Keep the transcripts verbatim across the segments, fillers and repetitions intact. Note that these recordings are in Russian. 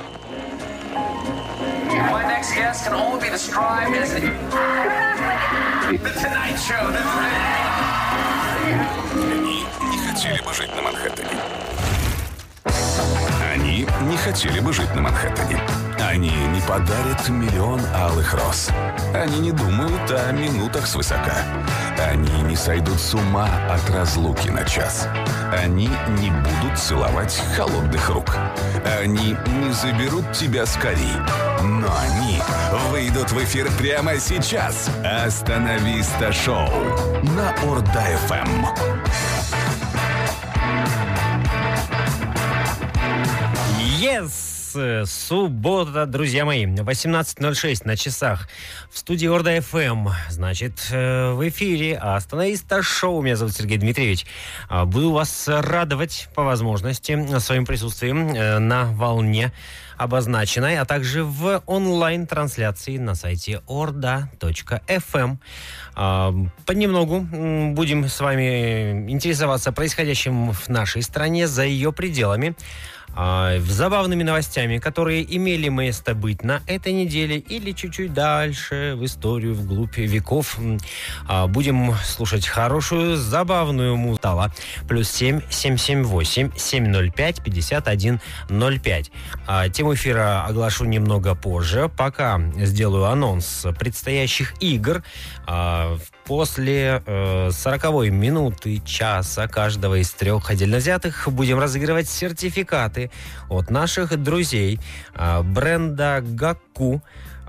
My next guest can only be described as the, the Tonight Show. Они не хотели бы жить на Манхэттене. Они не хотели бы жить на Манхэттене. Они не подарят миллион алых роз. Они не думают о минутах свысока. Они не сойдут с ума от разлуки на час. Они не будут целовать холодных рук. Они не заберут тебя скорей. Но они выйдут в эфир прямо сейчас. Остановиста шоу на Орда-эф эм. Yes! Суббота, друзья мои, восемнадцать ноль шесть на часах в студии Орда-эф эм. Значит, в эфире Остановиста шоу. Меня зовут Сергей Дмитриевич. Буду вас радовать по возможности своим присутствием на волне обозначенной, а также в онлайн-трансляции на сайте орда точка эф эм. Понемногу будем с вами интересоваться происходящим в нашей стране, за ее пределами, забавными новостями, которые имели место быть на этой неделе или чуть-чуть дальше в историю, вглубь веков. Будем слушать хорошую, забавную музыку. Плюс семь семь семь восемь семь ноль пять пятьдесят один ноль пять. Тему эфира оглашу немного позже. Пока сделаю анонс предстоящих игр. После сороковой минуты, часа каждого из трех отдельно взятых будем разыгрывать сертификаты от наших друзей бренда Гакку.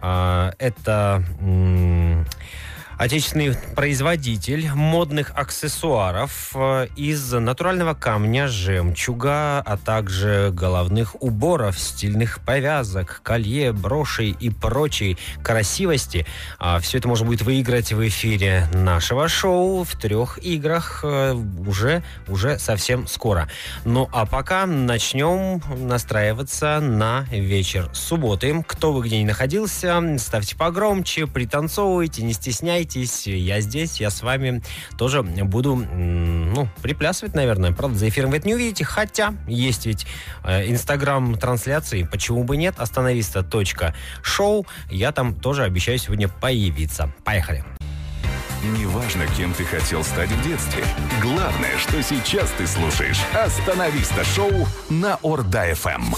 Это отечественный производитель модных аксессуаров из натурального камня, жемчуга, а также головных уборов, стильных повязок, колье, брошей и прочей красивости. Все это можно будет выиграть в эфире нашего шоу в трех играх уже, уже совсем скоро. Ну а пока начнем настраиваться на вечер субботы. Кто вы где ни находился, ставьте погромче, пританцовывайте, не стесняйтесь. Я здесь, я с вами тоже буду, ну, приплясывать, наверное. Правда, за эфиром вы это не увидите, хотя есть ведь инстаграм-трансляции, почему бы нет, остановиста точка шоу. Я там тоже обещаю сегодня появиться. Поехали. Неважно, кем ты хотел стать в детстве. Главное, что сейчас ты слушаешь Остановиста шоу на Орда-эф эм.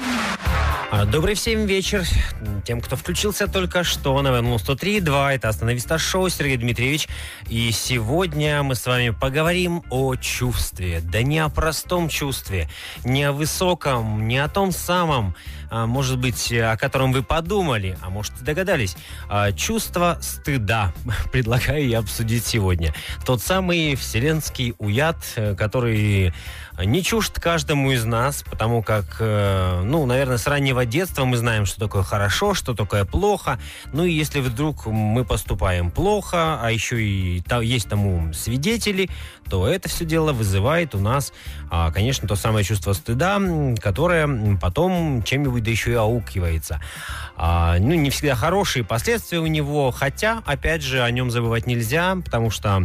Добрый всем вечер. Тем, кто включился только что на волну сто три и два, это Остановиста шоу, Сергей Дмитриевич. И сегодня мы с вами поговорим о чувстве. Да не о простом чувстве, не о высоком, не о том самом, может быть, о котором вы подумали, а может и догадались. Чувство стыда предлагаю я обсудить сегодня. Тот самый вселенский уят, который не чужд каждому из нас, потому как, ну, наверное, с раннего детства мы знаем, что такое хорошо, что такое плохо. Ну и если вдруг мы поступаем плохо, а еще и есть тому свидетели, то это все дело вызывает у нас, конечно, то самое чувство стыда, которое потом чем-нибудь да еще и аукивается. Ну, не всегда хорошие последствия у него, хотя, опять же, о нем забывать нельзя, потому что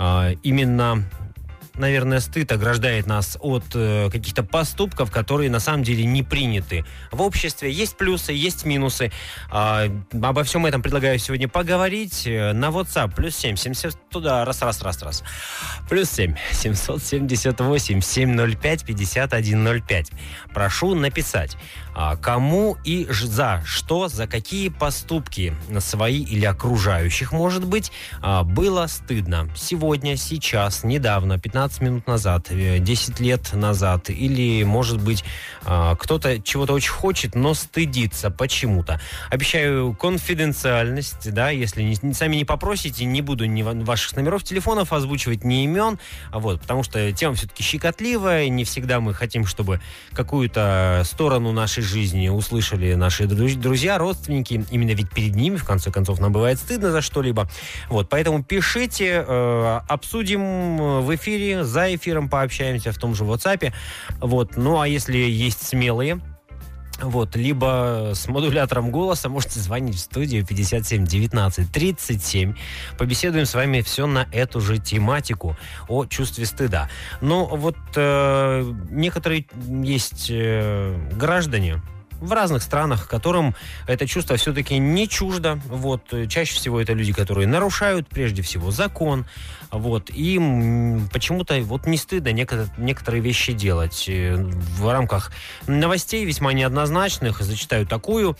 именно, наверное, стыд ограждает нас от э, каких-то поступков, которые на самом деле не приняты в обществе. Есть плюсы, есть минусы. Э, обо всем этом предлагаю сегодня поговорить. На WhatsApp плюс семь семьсот туда раз раз раз раз плюс семь семьсот семьдесят восемь семь ноль пять пятьдесят один ноль пять. Прошу написать, э, кому и за что, за какие поступки свои или окружающих, может быть, э, было стыдно сегодня, сейчас, недавно, пятнадцать минут назад, десять лет назад, или, может быть, кто-то чего-то очень хочет, но стыдится почему-то. Обещаю конфиденциальность, да, если не, сами не попросите, не буду ни ваших номеров телефонов озвучивать, ни имен, вот, потому что тема все-таки щекотливая, не всегда мы хотим, чтобы какую-то сторону нашей жизни услышали наши друзья, родственники, именно ведь перед ними, в конце концов, нам бывает стыдно за что-либо. Вот, поэтому пишите, э, обсудим в эфире, за эфиром пообщаемся в том же WhatsApp. Вот. Ну, а если есть смелые, вот, либо с модулятором голоса, можете звонить в студию пятьдесят семь девятнадцать тридцать семь. Побеседуем с вами все на эту же тематику о чувстве стыда. Но вот э, некоторые есть э, граждане, в разных странах, которым это чувство все-таки не чуждо. Вот. Чаще всего это люди, которые нарушают, прежде всего, закон. Вот. Им почему-то вот не стыдно некоторые, некоторые вещи делать. В рамках новостей весьма неоднозначных зачитаю такую.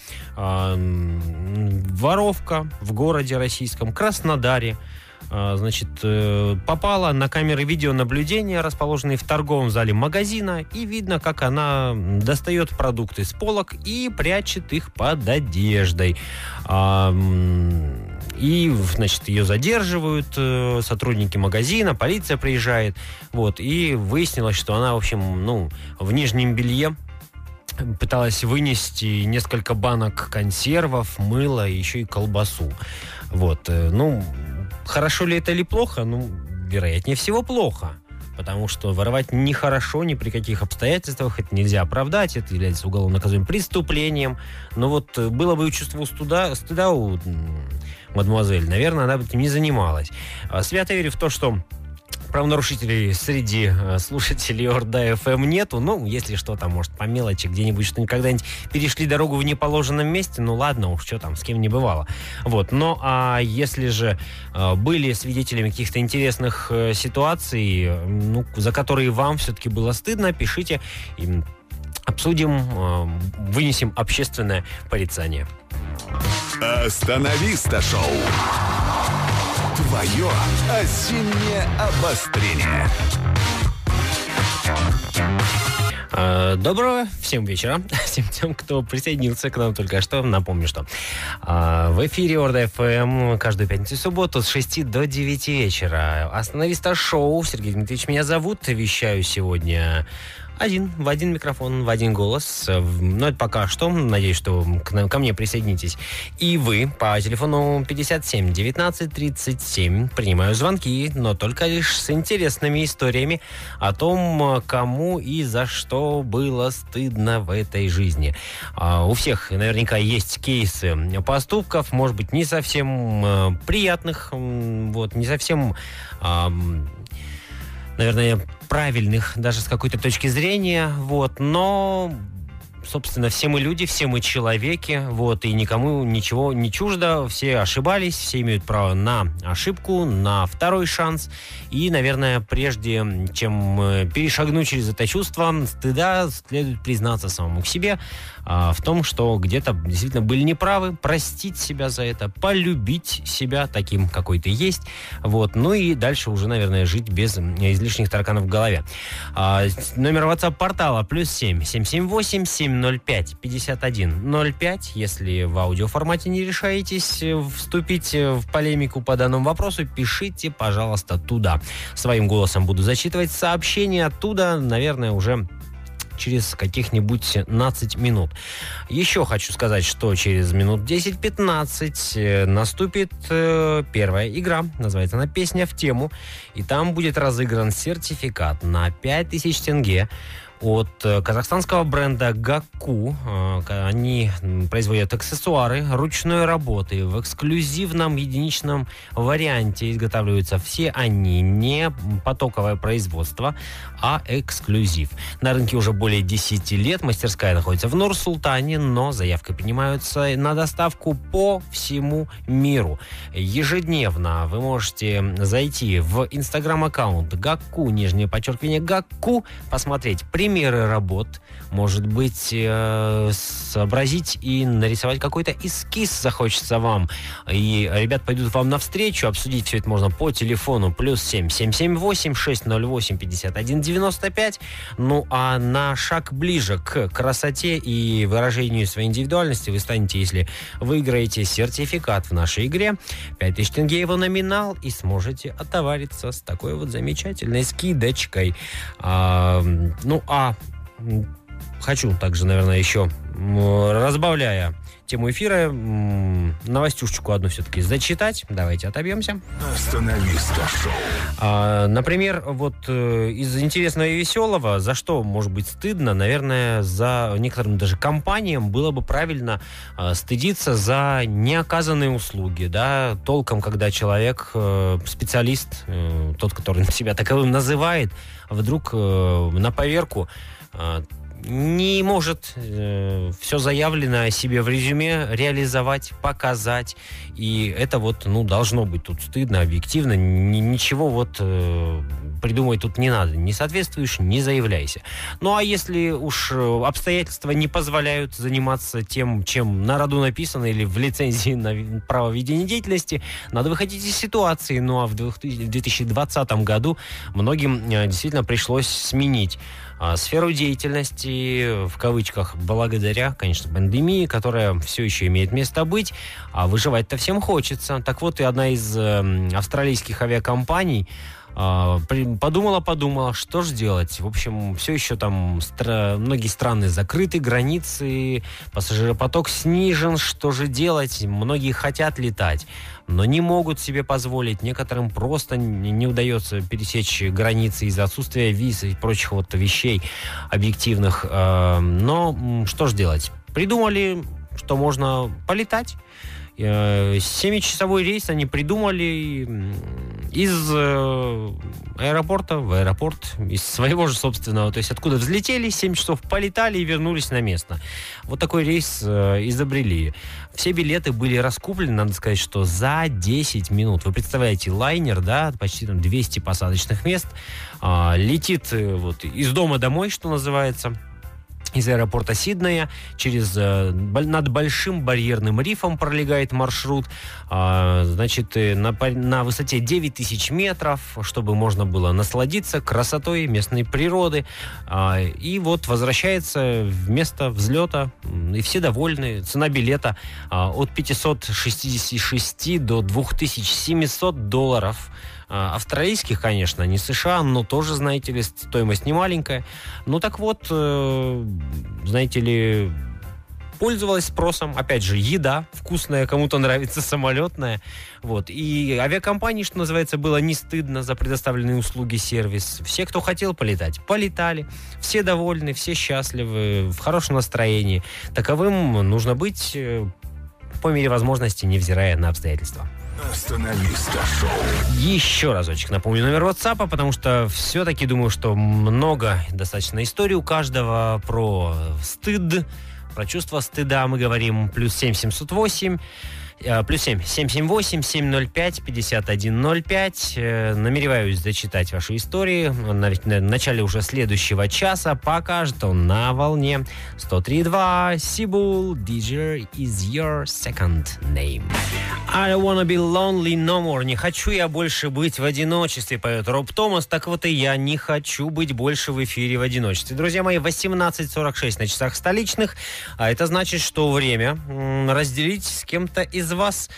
Воровка в городе российском Краснодаре значит, попала на камеры видеонаблюдения, расположенные в торговом зале магазина, и видно, как она достает продукты с полок и прячет их под одеждой. И, значит, ее задерживают сотрудники магазина, полиция приезжает, вот, и выяснилось, что она, в общем, ну, в нижнем белье пыталась вынести несколько банок консервов, мыла и еще и колбасу. Вот, ну, хорошо ли это или плохо? Ну, вероятнее всего, плохо. Потому что воровать нехорошо ни при каких обстоятельствах, это нельзя оправдать, это является уголовно наказуемым преступлением. Но вот было бы чувство стыда, стыда у мадемуазель, наверное, она бы этим не занималась. Свято верю в то, что правонарушителей среди слушателей Орда эф эм нету. Ну, если что-то, может, по мелочи где-нибудь, что когда-нибудь перешли дорогу в неположенном месте, ну ладно уж, что там, с кем не бывало. Вот. Но а если же а, были свидетелями каких-то интересных а, ситуаций, ну, за которые вам все-таки было стыдно, пишите, и обсудим, а, вынесем общественное порицание. Остановиста шоу. Твое осеннее обострение. Доброго всем вечера. Всем тем, кто присоединился к нам только что. Напомню, что в эфире Орда эф эм каждую пятницу и субботу с шести до девяти вечера. Остановиста шоу. Сергей Дмитриевич меня зовут. Вещаю сегодня один, в один микрофон, в один голос. Но это пока что. Надеюсь, что к, ко мне присоединитесь и вы по телефону пятьдесят семь девятнадцать тридцать семь. Принимаю звонки, но только лишь с интересными историями о том, кому и за что было стыдно в этой жизни. А, у всех наверняка есть кейсы поступков, может быть, не совсем а, приятных, вот, не совсем... А, наверное, правильных, даже с какой-то точки зрения, вот, но, собственно, все мы люди, все мы человеки, вот, и никому ничего не чуждо, все ошибались, все имеют право на ошибку, на второй шанс, и, наверное, прежде чем перешагнуть через это чувство стыда, следует признаться самому себе а, в том, что где-то действительно были неправы, простить себя за это, полюбить себя таким, какой ты есть, вот, ну и дальше уже, наверное, жить без излишних тараканов в голове. А, номер WhatsApp-портала плюс семь семь семь восемь семь ноль пять пятьдесят один ноль пять. Если в аудиоформате не решаетесь вступить в полемику по данному вопросу, пишите, пожалуйста, туда. Своим голосом буду зачитывать сообщения оттуда, наверное, уже через каких-нибудь пятнадцать минут. Еще хочу сказать, что через минут десять-пятнадцать наступит э, первая игра. Называется она «Песня в тему». И там будет разыгран сертификат на пять тысяч тенге от казахстанского бренда Гакку. Они производят аксессуары ручной работы в эксклюзивном единичном варианте. Изготавливаются все они не потоковое производство, а эксклюзив. На рынке уже более десять лет. Мастерская находится в Нур-Султане, но заявки принимаются на доставку по всему миру. Ежедневно вы можете зайти в инстаграм-аккаунт Гакку, нижнее подчеркивание Гакку, посмотреть примеры работ, может быть, э, сообразить и нарисовать какой-то эскиз захочется вам. И ребят пойдут вам навстречу. Обсудить все это можно по телефону плюс семь семь семь восемь шесть ноль восемь пятьдесят один девяносто пять. Ну, а на шаг ближе к красоте и выражению своей индивидуальности вы станете, если выиграете сертификат в нашей игре. пять тысяч тенге его номинал, и сможете отовариться с такой вот замечательной скидочкой. А, ну, а хочу также, наверное, еще, разбавляя тему эфира, новостюшечку одну все-таки зачитать. Давайте отобьемся. Остановиста шоу. А, например, вот э, из интересного и веселого, за что может быть стыдно, наверное, за некоторым даже компаниям было бы правильно э, стыдиться за неоказанные услуги, да, толком, когда человек, э, специалист, э, тот, который себя таковым называет, вдруг э, на поверку э, не может э, все заявленное о себе в резюме реализовать, показать. И это вот, ну, должно быть тут стыдно, объективно. Н- ничего вот э, придумывать тут не надо. Не соответствуешь, не заявляйся. Ну, а если уж обстоятельства не позволяют заниматься тем, чем на роду написано или в лицензии на право ведения деятельности, надо выходить из ситуации. Ну, а в две тысячи двадцатом году многим э, действительно пришлось сменить а, сферу деятельности, в кавычках, благодаря, конечно, пандемии, которая все еще имеет место быть, а выживать-то всем хочется. Так вот, и одна из э, австралийских авиакомпаний подумала-подумала, что же делать. В общем, все еще там стра- многие страны закрыты, границы, пассажиропоток снижен. Что же делать? Многие хотят летать, но не могут себе позволить. Некоторым просто не, не удается пересечь границы из-за отсутствия виз и прочих вот вещей объективных. Но что же делать? Придумали, что можно полетать. Семичасовой рейс они придумали из аэропорта в аэропорт, из своего же собственного. То есть откуда взлетели, семь часов полетали и вернулись на место. Вот такой рейс изобрели. Все билеты были раскуплены, надо сказать, что за десять минут. Вы представляете, лайнер, да, почти там двести посадочных мест, летит вот из дома домой, что называется, из аэропорта Сиднея, через, э, над Большим барьерным рифом пролегает маршрут, э, значит, на, на высоте девять тысяч метров, чтобы можно было насладиться красотой местной природы, э, и вот возвращается в место взлета, и все довольны. Цена билета э, от пятьсот шестьдесят шесть до две тысячи семьсот долларов. Австралийских, конечно, не США, но тоже, знаете ли, стоимость не маленькая. Ну так вот, э, знаете ли, пользовалась спросом. Опять же, еда вкусная, кому-то нравится самолетная. Вот. И авиакомпании, что называется, было не стыдно за предоставленные услуги, сервис. Все, кто хотел полетать, полетали. Все довольны, все счастливы, в хорошем настроении. Таковым нужно быть э, по мере возможности, невзирая на обстоятельства. Остановиста шоу. Еще разочек напомню номер WhatsApp, потому что все-таки думаю, что много достаточно историй у каждого про стыд, про чувство стыда мы говорим. Плюс семь семьсот восемь, плюс семь семь семь восемь семь ноль пять пятьдесят один ноль пять. Намереваюсь зачитать ваши истории в начале уже следующего часа. Пока что на волне сто три и два. Сибул, Deezer is your second name. I don't wanna be lonely no more. Не хочу я больше быть в одиночестве, поет Роб Томас. Так вот и я не хочу быть больше в эфире в одиночестве. Друзья мои, восемнадцать сорок шесть на часах столичных. А это значит, что время разделить с кем-то из вас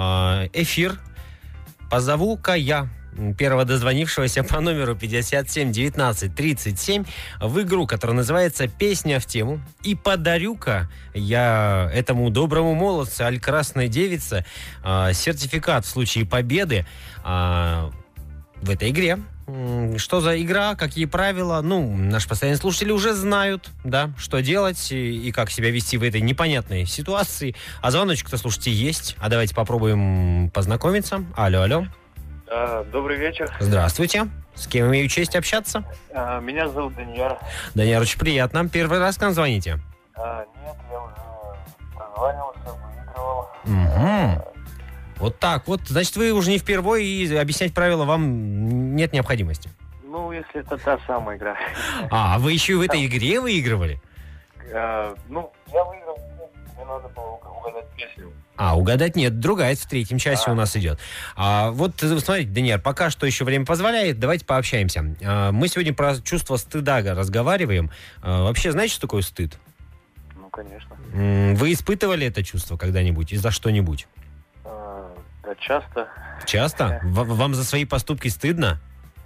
эфир. Позову-ка я первого дозвонившегося по номеру пятьдесят семь девятнадцать тридцать семь в игру, которая называется «Песня в тему». И подарю-ка я этому доброму молодцу, аль красной девице, э, сертификат в случае победы э, в этой игре. Что за игра, какие правила? Ну, наши постоянные слушатели уже знают, да, что делать и, и как себя вести в этой непонятной ситуации. А звоночек-то, слушайте, есть. А давайте попробуем познакомиться. Алло, алло. А, добрый вечер. Здравствуйте. С кем имею честь общаться? А, меня зовут Данияр. Данияр, очень приятно. Первый раз к нам звоните? А, нет, я уже прозванивался, выигрывал. Угу. Вот так вот. Значит, вы уже не впервой, и объяснять правила вам нет необходимости. Ну, если это та самая игра. А, вы еще и в этой игре выигрывали? А, ну, я выиграл, мне надо было угадать песню. А, угадать нет, другая в третьем часе а. у нас идет. А, вот, смотрите, Данияр, пока что еще время позволяет, давайте пообщаемся. А, мы сегодня про чувство стыда разговариваем. А, вообще, знаете, что такое стыд? Ну, конечно. Вы испытывали это чувство когда-нибудь и за что-нибудь? А, да, часто. Часто? В- вам за свои поступки стыдно?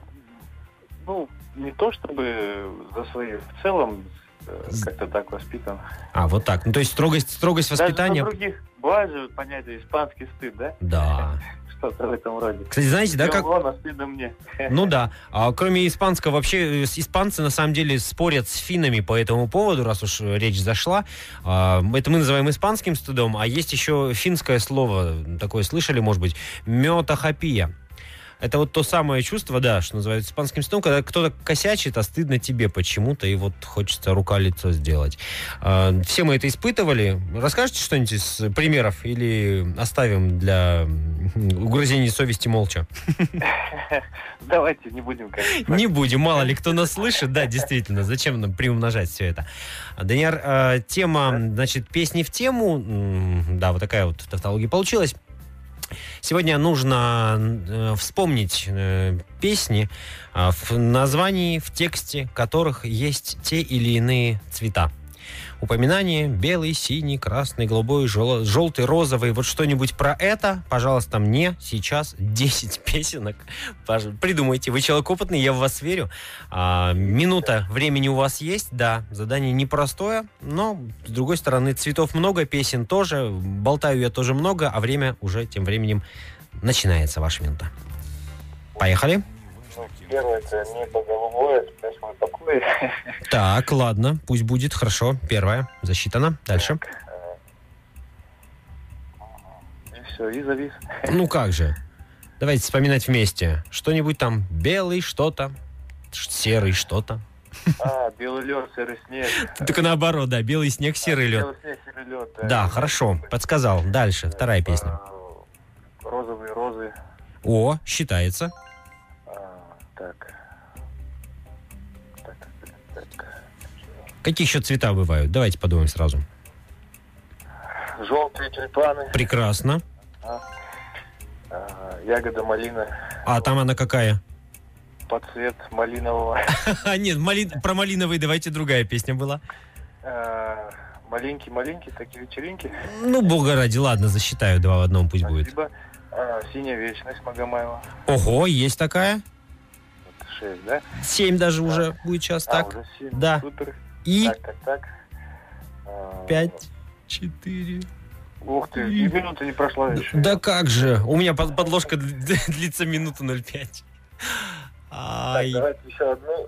Ну, не то чтобы за свои, в целом как-то так воспитан. А, вот так. Ну, то есть строгость, строгость воспитания... Даже на других бывает же понятие испанский стыд, да? Да. Что-то в этом роде. Кстати, знаете, да, как... Ладно, стыдно мне. Ну да. А кроме испанского, вообще, испанцы на самом деле спорят с финнами по этому поводу, раз уж речь зашла. Это мы называем испанским стыдом, а есть еще финское слово, такое слышали, может быть, метахопия. Это вот то самое чувство, да, что называется испанским стыдом, когда кто-то косячит, а стыдно тебе почему-то, и вот хочется рука-лицо сделать. Все мы это испытывали. Расскажете что-нибудь из примеров или оставим для угрызений совести молча? Давайте не будем, конечно. Не будем, мало ли кто нас слышит. Да, действительно, зачем нам приумножать все это? Данияр, тема, значит, песни в тему. Да, вот такая вот тавтология получилась. Сегодня нужно э, вспомнить э, песни, э, в названии, в тексте которых есть те или иные цвета. Упоминание белый, синий, красный, голубой, жел- желтый, розовый. Вот что-нибудь про это, пожалуйста, мне сейчас десять песенок. Пож- Придумайте. Вы человек опытный, я в вас верю. А, минута времени у вас есть, да. Задание непростое, но, с другой стороны, цветов много, песен тоже. Болтаю я тоже много, а время уже тем временем начинается. Ваша минута. Поехали. Ну, первое, это небо голубое, спрашиваю, такое. Так, ладно, пусть будет, хорошо. Первая, засчитана. Дальше. И все, и завис. Ну как же. Давайте вспоминать вместе. Что-нибудь там белый что-то, серый что-то. А, белый лед, серый снег. Только наоборот, да, белый снег, серый лед. Белый снег, серый лед. Да, хорошо, подсказал. Дальше, вторая песня. А, розовые розы. О, считается. А, так. Так, так, так. Какие еще цвета бывают? Давайте подумаем сразу. Желтые тюльпаны. Прекрасно. А, а, ягода малина. А там она какая? Под цвет малинового. А, нет, малин... про малиновый давайте другая песня была. А, маленькие-маленькие такие вечеринки. Ну, бога ради, ладно, засчитаю, два в одном пусть будет. Спасибо. А, синяя вечность Магомаева. Ого, есть такая? Шесть, да? Семь даже уже будет сейчас, А, так? уже семь. Да. Супер. И Так, так, так. А, пять, четыре... Ух ты, и минута не прошла еще. Да как же? У меня под- подложка д- длится минуту ноль пять. Так, Ай, давайте еще одну.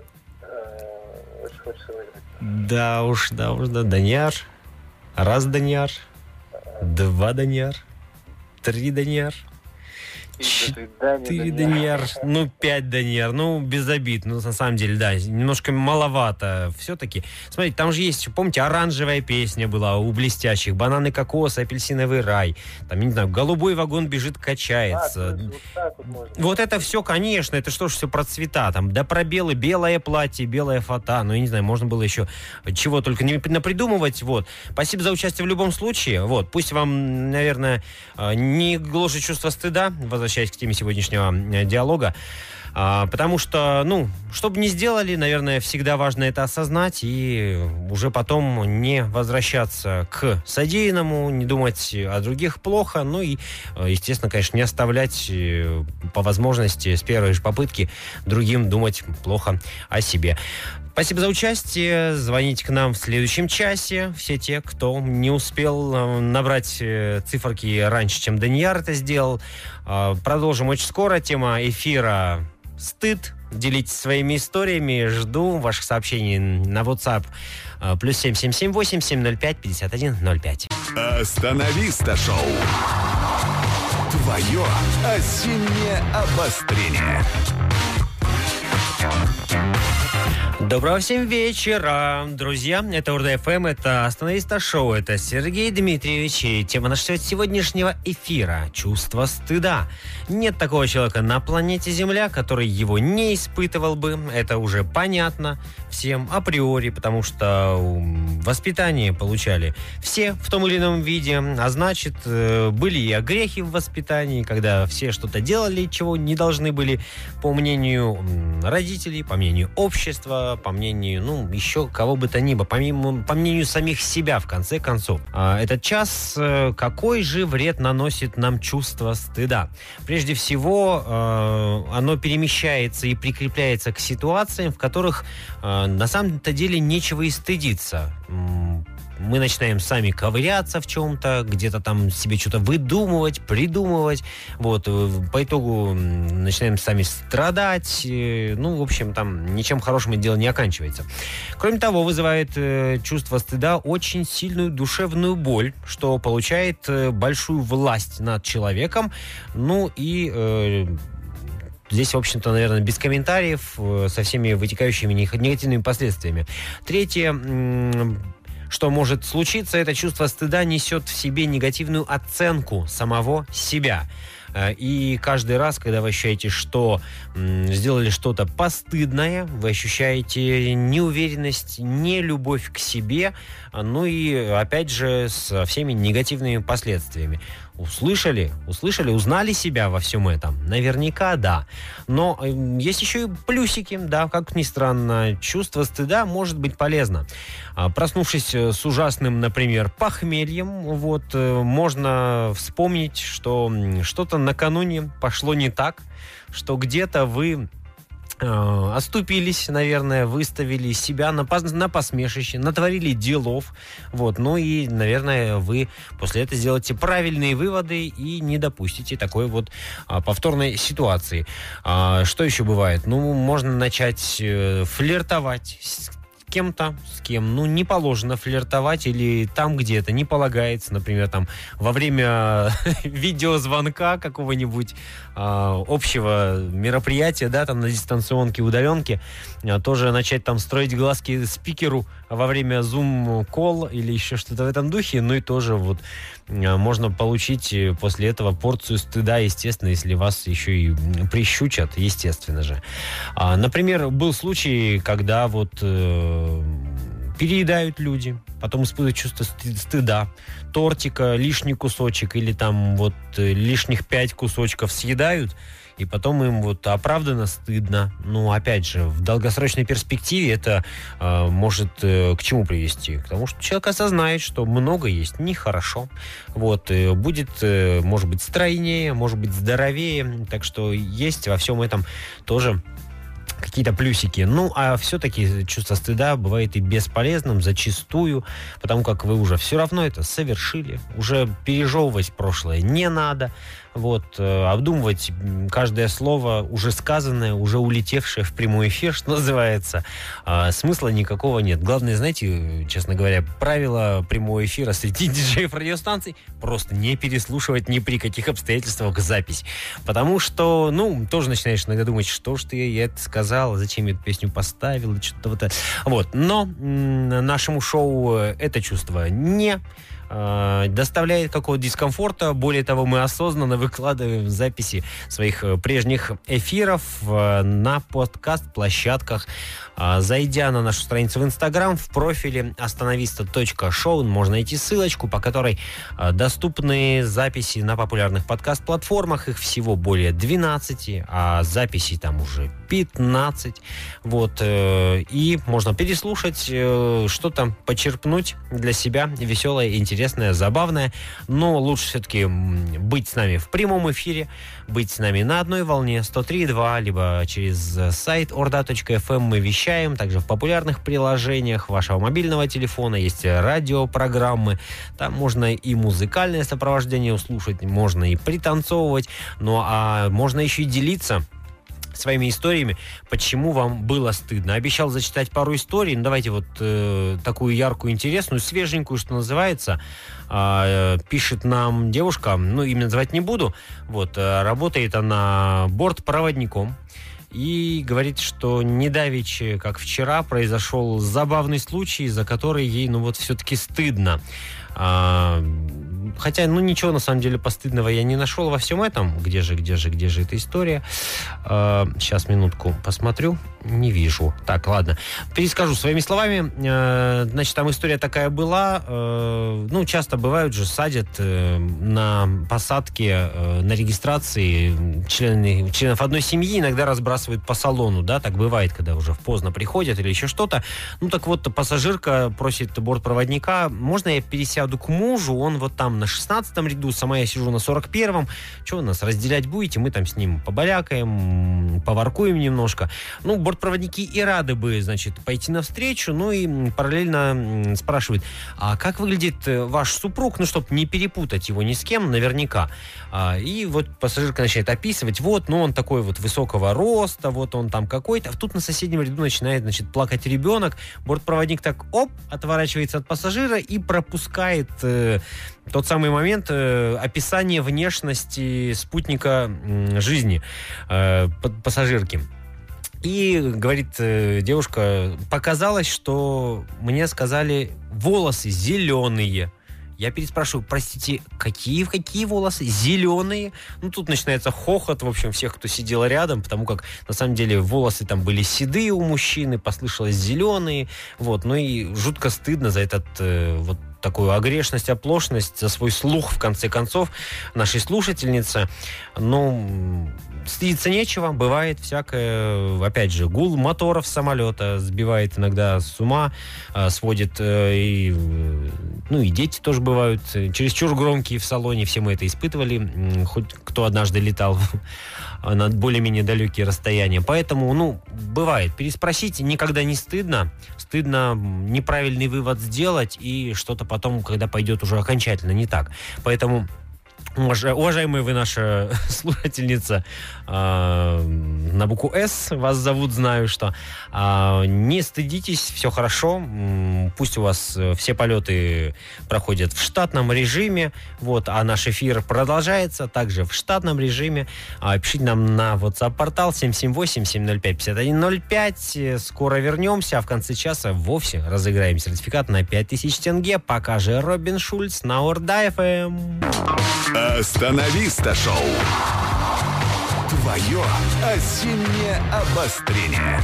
Э, Очень хочется выиграть. да уж, да уж, да. Данияр. Раз Данияр. Два Данияр. Три Данияр. И до свидания, Четыре Данияр. Данияр. Ну, пять Данияр. Ну, без обид. Ну, на самом деле, да, немножко маловато все-таки. Смотрите, там же есть, помните, оранжевая песня была у блестящих. Бананы, кокос, апельсиновый рай. Там, я не знаю, голубой вагон бежит, А, то качается. есть вот так вот можно. Вот это все, конечно, это что ж все про цвета, там, да про белый, белое платье, белая фата, ну, я не знаю, можно было еще чего только не напридумывать, вот. Спасибо за участие в любом случае, вот, пусть вам, наверное, не гложет чувство стыда, возвращаясь к теме сегодняшнего диалога, а, потому что, ну, что бы ни сделали, наверное, всегда важно это осознать и уже потом не возвращаться к содеянному, не думать о других плохо, ну и, естественно, конечно, не оставлять по возможности с первой же попытки другим думать плохо о себе. Спасибо за участие. Звоните к нам в следующем часе. Все те, кто не успел набрать циферки раньше, чем Данияр это сделал. Продолжим очень скоро. Тема эфира «Стыд». Делитесь своими историями. Жду ваших сообщений на WhatsApp. Плюс семь семь семь восемь семь ноль пять пятьдесят один ноль пять. Остановиста шоу. Твое осеннее обострение. Доброго всем вечера, друзья. Это УрдФМ, это «Остановиста шоу», это Сергей Дмитриевич. И тема нашего сегодняшнего эфира – чувство стыда. Нет такого человека на планете Земля, который его не испытывал бы. Это уже понятно всем априори, потому что воспитание получали все в том или ином виде. А значит, были и огрехи в воспитании, когда все что-то делали, чего не должны были, по мнению родителей, по мнению общества, по мнению, ну, еще кого бы то ни было, помимо, по мнению самих себя, в конце концов. Этот час, какой же вред наносит нам чувство стыда? Прежде всего, оно перемещается и прикрепляется к ситуациям, в которых на самом-то деле нечего и стыдиться. Мы начинаем сами ковыряться в чем-то, где-то там себе что-то выдумывать, придумывать. Вот. По итогу начинаем сами страдать. Ну, в общем, там ничем хорошим это дело не оканчивается. Кроме того, вызывает э, чувство стыда очень сильную душевную боль, что получает э, большую власть над человеком. Ну и... Э, здесь, в общем-то, наверное, без комментариев, со всеми вытекающими негативными последствиями. Третье, что может случиться, это чувство стыда несет в себе негативную оценку самого себя. И каждый раз, когда вы ощущаете, что м, сделали что-то постыдное, вы ощущаете неуверенность, нелюбовь к себе, ну и, опять же, со всеми негативными последствиями. Услышали? Услышали? Узнали себя во всем этом? Наверняка да. Но э, есть еще и плюсики, да, как ни странно. Чувство стыда может быть полезно. А, проснувшись с ужасным, например, похмельем, вот, э, можно вспомнить, что что-то накануне пошло не так, что где-то вы э, оступились, наверное, выставили себя на, пос, на посмешище, натворили делов, вот, ну и, наверное, вы после этого сделаете правильные выводы и не допустите такой вот а, повторной ситуации. А, что еще бывает? Ну, можно начать э, флиртовать с кем-то, с кем, ну, не положено флиртовать, или там, где это не полагается, например, там, во время видеозвонка какого-нибудь а, общего мероприятия, да, там, на дистанционке, удаленке, а, тоже начать там строить глазки спикеру во время Zoom-колл или еще что-то в этом духе, ну, и тоже вот а, можно получить после этого порцию стыда, естественно, если вас еще и прищучат, естественно же. А, например, был случай, когда вот э, переедают люди, потом испытывают чувство стыда, тортика, лишний кусочек или там вот лишних пять кусочков съедают, и потом им вот оправданно стыдно. Ну, опять же, в долгосрочной перспективе это э, может э, к чему привести? К тому, что человек осознает, что много есть нехорошо. Вот, э, будет, э, может быть, стройнее, может быть, здоровее. Так что есть во всем этом тоже какие-то плюсики. Ну, а все-таки чувство стыда бывает и бесполезным зачастую, потому как вы уже все равно это совершили, уже пережевывать прошлое не надо, вот, э, обдумывать каждое слово, уже сказанное, уже улетевшее в прямой эфир, что называется, э, смысла никакого нет. Главное, знаете, честно говоря, правило прямого эфира среди диджеев радиостанций — просто не переслушивать ни при каких обстоятельствах запись. Потому что, ну, тоже начинаешь иногда думать, что ж ты, я это сказал, зачем я эту песню поставил, что-то вот это. Вот. Но м- нашему шоу это чувство не доставляет какого-то дискомфорта. Более того, мы осознанно выкладываем записи своих прежних эфиров на подкаст-площадках. Зайдя на нашу страницу в Инстаграм, в профиле остановиста точка шоу можно найти ссылочку, по которой доступны записи на популярных подкаст-платформах. Их всего более двенадцати, а записей там уже пятнадцать. Вот. И можно переслушать, что-то почерпнуть для себя веселое, интересное, забавное. Но лучше все-таки быть с нами в прямом эфире, быть с нами на одной волне сто три и два, либо через сайт орда точка эф эм мы вещаем. Также в популярных приложениях вашего мобильного телефона есть радиопрограммы. Там можно и музыкальное сопровождение услышать, можно и пританцовывать. Ну а можно еще и делиться своими историями, почему вам было стыдно. Обещал зачитать пару историй. Ну, давайте вот э, такую яркую, интересную, свеженькую, что называется. Э, пишет нам девушка, ну, имя называть не буду. Вот, э, работает она бортпроводником. И говорит, что недавеча, как вчера, произошел забавный случай, за который ей, ну, вот все-таки стыдно. А, хотя, ну, ничего, на самом деле, постыдного я не нашел во всем этом. Где же, где же, где же эта история? А, сейчас, минутку, посмотрю. Не вижу. Так, ладно. Перескажу своими словами. А, значит, там история такая была. А, ну, часто бывают же, садят а, на посадке, а, на регистрации члены, членов одной семьи, иногда разбрасывают по салону, да, так бывает, когда уже поздно приходят или еще что-то. Ну, так вот, пассажирка просит бортпроводника: можно я пересяду к мужу, он вот там на шестнадцатом ряду, сама я сижу на сорок первом. Что вы нас разделять будете? Мы там с ним побалякаем, поворкуем немножко. Ну, бортпроводники и рады бы, значит, пойти навстречу, ну и параллельно спрашивают: а как выглядит ваш супруг? Ну, чтобы не перепутать его ни с кем, наверняка. И вот пассажирка начинает описывать: вот, ну, он такой вот высокого роста, вот он там какой-то. А тут на соседнем ряду начинает, значит, плакать ребенок. Бортпроводник так, оп, отворачивается от пассажира и пропускает э, тот самый самый момент э, описания внешности спутника э, жизни э, пассажирки. И, говорит э, девушка, показалось, что мне сказали волосы зеленые. Я переспрашиваю, простите, какие, какие волосы? Зеленые? Ну, тут начинается хохот, в общем, всех, кто сидел рядом, потому как, на самом деле, волосы там были седые у мужчины, послышалось зеленые, вот, ну и жутко стыдно за этот, э, вот, такую огрешность, оплошность, за свой слух, в конце концов, нашей слушательницы. Ну, стыдиться нечего, бывает всякое. Опять же, гул моторов самолета сбивает иногда с ума, сводит и... Ну, и дети тоже бывают чересчур громкие в салоне, все мы это испытывали, хоть кто однажды летал на более-менее далекие расстояния. Поэтому, ну, бывает. Переспросить никогда не стыдно. Стыдно неправильный вывод сделать и что-то потом, когда пойдет уже окончательно не так. Поэтому, уважаемая вы наша слушательница э, на букву «С», вас зовут, знаю, что. Э, не стыдитесь, все хорошо. Пусть у вас все полеты проходят в штатном режиме, вот, а наш эфир продолжается также в штатном режиме. Э, пишите нам на WhatsApp-портал семь семь восемь семь ноль пять пятьдесят один ноль пять. Скоро вернемся, а в конце часа вовсе разыграем сертификат на пять тысяч тенге. Пока же Робин Шульц на Орда эф эм. Остановиста шоу. Твое осеннее обострение.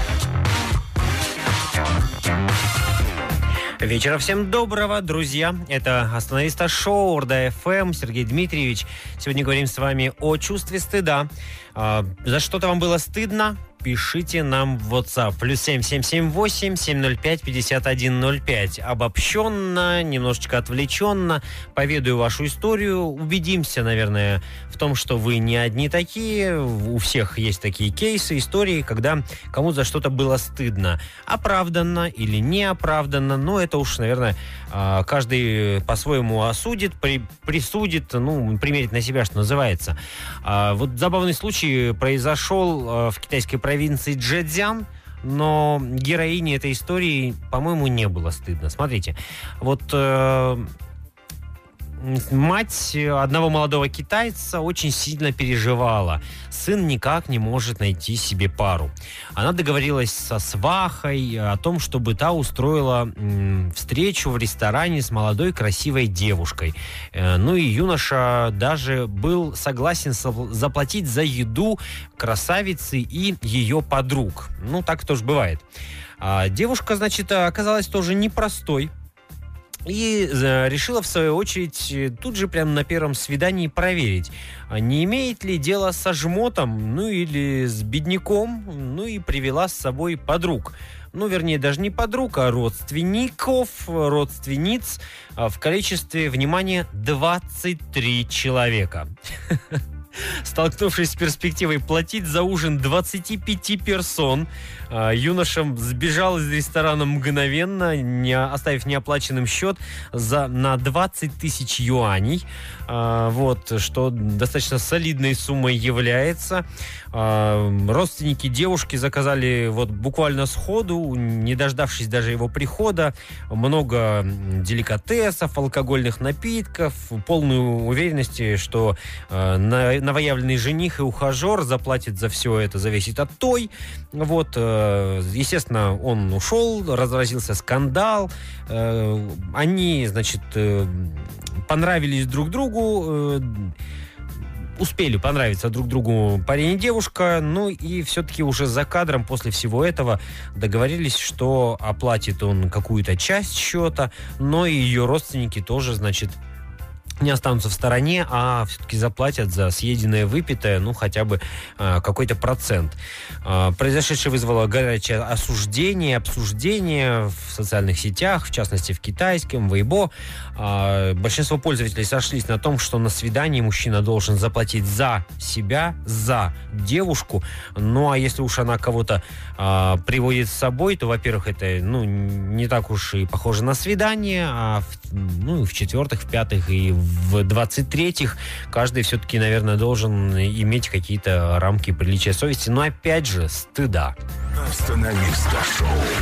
Вечера всем доброго, друзья. Это Остановиста шоу, Орда эф эм, Сергей Дмитриевич. Сегодня говорим с вами о чувстве стыда. А, за что-то вам было стыдно? Пишите нам в WhatsApp. Плюс семь семь семь восемь семь ноль пять пятьдесят один ноль пять. Обобщенно, немножечко отвлеченно поведаю вашу историю. Убедимся, наверное, в том, что вы не одни такие. У всех есть такие кейсы, истории, когда кому-то за что-то было стыдно. Оправданно или неоправданно. Но это уж, наверное, каждый по-своему осудит, при, присудит, ну, примерить на себя, что называется. Вот забавный случай произошел в китайской провинции Чжэцзян, но героине этой истории, по-моему, не было стыдно. Смотрите, вот э, мать одного молодого китайца очень сильно переживала. Сын никак не может найти себе пару. Она договорилась со свахой о том, чтобы та устроила м, встречу в ресторане с молодой красивой девушкой. Э, ну и юноша даже был согласен со- заплатить за еду красавицы и ее подруг. Ну, так тоже бывает. А девушка, значит, оказалась тоже непростой. И решила, в свою очередь, тут же прямо на первом свидании проверить, не имеет ли дело со жмотом, ну или с бедняком, ну и привела с собой подруг. Ну, вернее, даже не подруг, а родственников, родственниц в количестве, внимания, двадцать три человека. Столкнувшись с перспективой платить за ужин двадцати пяти персон, юноша сбежал из ресторана мгновенно, не оставив неоплаченным счет за, на двадцать тысяч юаней, вот, что достаточно солидной суммой является. Родственники девушки заказали вот буквально сходу, не дождавшись даже его прихода, много деликатесов, алкогольных напитков, полной уверенности, что на новоявленный жених и ухажер заплатит за все это, зависит от той. Вот, естественно, он ушел, разразился скандал. Они, значит, понравились друг другу, успели понравиться друг другу парень и девушка, ну и все-таки уже за кадром после всего этого договорились, что оплатит он какую-то часть счета, но и ее родственники тоже, значит, не останутся в стороне, а все-таки заплатят за съеденное, выпитое, ну, хотя бы э, какой-то процент. Э, произошедшее вызвало горячее осуждение, обсуждение в социальных сетях, в частности, в китайском, в Weibo. Э, большинство пользователей сошлись на том, что на свидании мужчина должен заплатить за себя, за девушку. Ну, а если уж она кого-то э, приводит с собой, то, во-первых, это, ну, не так уж и похоже на свидание, а в, ну, в-четвертых, в-пятых и в В двадцать третьих каждый все-таки, наверное, должен иметь какие-то рамки приличия совести, но опять же, стыда. Остановиста шоу.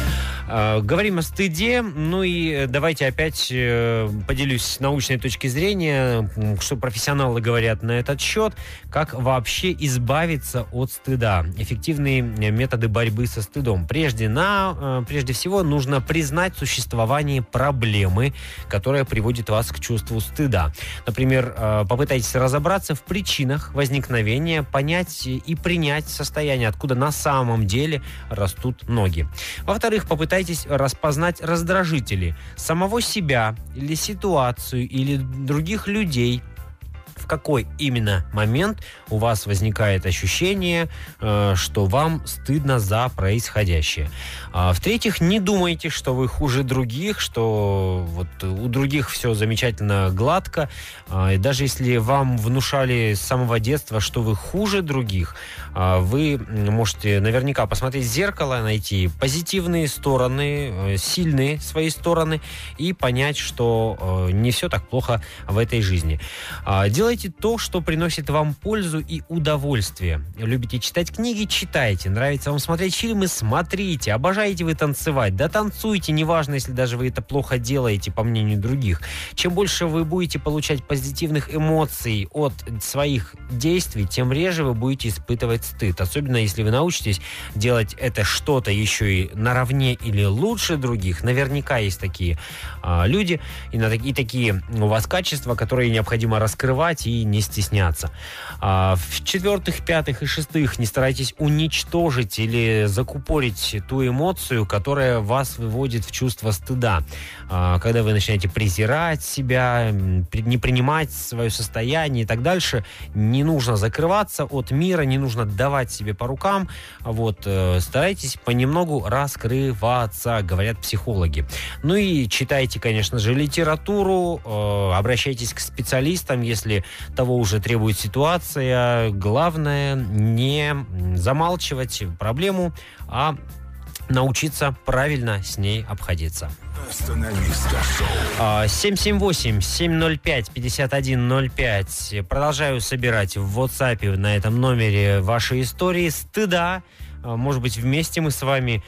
Э, говорим о стыде, ну и давайте опять э, поделюсь с научной точки зрения, что профессионалы говорят на этот счет, как вообще избавиться от стыда. Эффективные методы борьбы со стыдом. Прежде, на, э, прежде всего нужно признать существование проблемы, которая приводит вас к чувству стыда. Например, э, попытайтесь разобраться в причинах возникновения, понять и принять состояние, откуда на самом деле растут ноги. Во-вторых, попытайтесь распознать раздражители самого себя или ситуацию, или других людей. В какой именно момент у вас возникает ощущение, э, что вам стыдно за происходящее. А, в-третьих, не думайте, что вы хуже других, что вот у других все замечательно гладко. А, и даже если вам внушали с самого детства, что вы хуже других, а, вы можете наверняка посмотреть в зеркало, найти позитивные стороны, э, сильные свои стороны и понять, что э, не все так плохо в этой жизни. А, делайте то, что приносит вам пользу и удовольствие. Любите читать книги? Читайте. Нравится вам смотреть фильмы? Смотрите. Обожаете вы танцевать? Да танцуйте, неважно, если даже вы это плохо делаете, по мнению других. Чем больше вы будете получать позитивных эмоций от своих действий, тем реже вы будете испытывать стыд. Особенно, если вы научитесь делать это что-то еще и наравне или лучше других. Наверняка есть такие а, люди и, на, и такие у вас качества, которые необходимо раскрывать и не стесняться. А, в-четвертых, пятых и шестых, не старайтесь уничтожить или закупорить ту эмоцию, которая вас выводит в чувство стыда. А, когда вы начинаете презирать себя, не принимать свое состояние и так дальше, не нужно закрываться от мира, не нужно давать себе по рукам. Вот, э, старайтесь понемногу раскрываться, говорят психологи. Ну и читайте, конечно же, литературу, э, обращайтесь к специалистам, если того уже требует ситуация. Главное не замалчивать проблему, а научиться правильно с ней обходиться. семь семь восемь семь ноль пять пятьдесят один ноль пять. Продолжаю собирать в WhatsApp на этом номере ваши истории стыда. Может быть, вместе мы с вами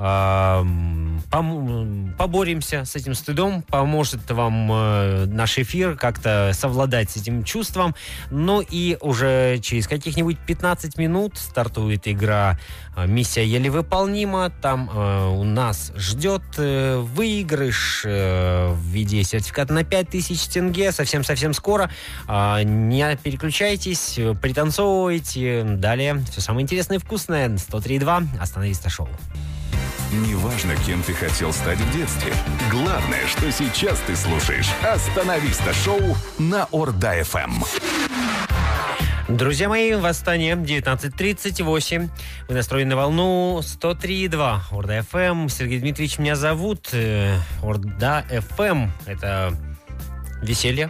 поборемся с этим стыдом, поможет вам э, наш эфир как-то совладать с этим чувством. Ну и уже через каких-нибудь пятнадцать минут стартует игра «Миссия еле выполнима». Там э, у нас ждет э, выигрыш э, в виде сертификата на пять тысяч тенге совсем-совсем скоро. Э, не переключайтесь, пританцовывайте. Далее все самое интересное и вкусное. сто три и два. Остановись-то шоу. Неважно, кем ты хотел стать в детстве. Главное, что сейчас ты слушаешь «Остановись-то» шоу на Орда-эф эм. Друзья мои, восстание девятнадцать тридцать восемь. Вы настроены на волну сто три и два. Орда-эф эм. Сергей Дмитриевич меня зовут. Орда-эф эм. Это веселье.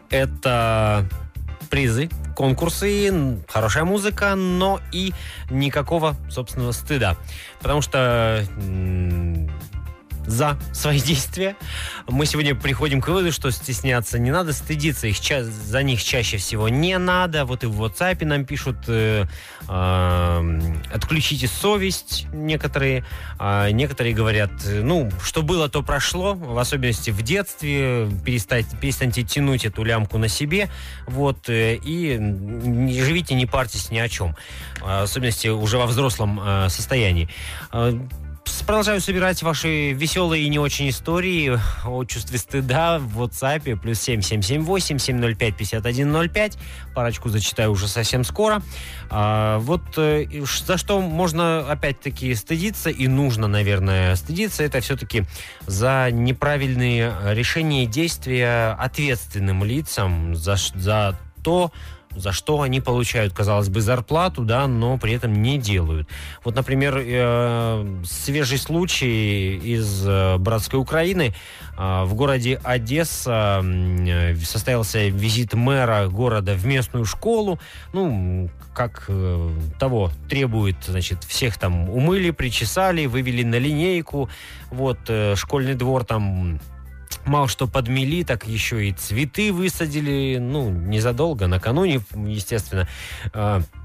Это призы, конкурсы, хорошая музыка, но и никакого собственного стыда. Потому что м- за свои действия мы сегодня приходим к выводу, что стесняться не надо, стыдиться их ча- за них чаще всего не надо. Вот и в WhatsApp нам пишут э- э- отключите совесть некоторые. А некоторые говорят, ну, что было, то прошло, в особенности в детстве, перестать, перестаньте тянуть эту лямку на себе, вот, э- и не живите, не парьтесь ни о чем, в особенности уже во взрослом э- состоянии. Продолжаю собирать ваши веселые и не очень истории о чувстве стыда в WhatsApp. Плюс семь семь семь восемь семь ноль пять пятьдесят один ноль пять. Парочку зачитаю уже совсем скоро. А, вот э, за что можно опять-таки стыдиться и нужно, наверное, стыдиться, это все-таки за неправильные решения и действия ответственным лицам, за, за то, за что они получают, казалось бы, зарплату, да, но при этом не делают. Вот, например, э, свежий случай из э, братской Украины. Э, в городе Одесса э, состоялся визит мэра города в местную школу. Ну, как э, того требует, значит, всех там умыли, причесали, вывели на линейку. Вот, э, школьный двор там мало что подмели, так еще и цветы высадили, ну, незадолго, накануне, естественно.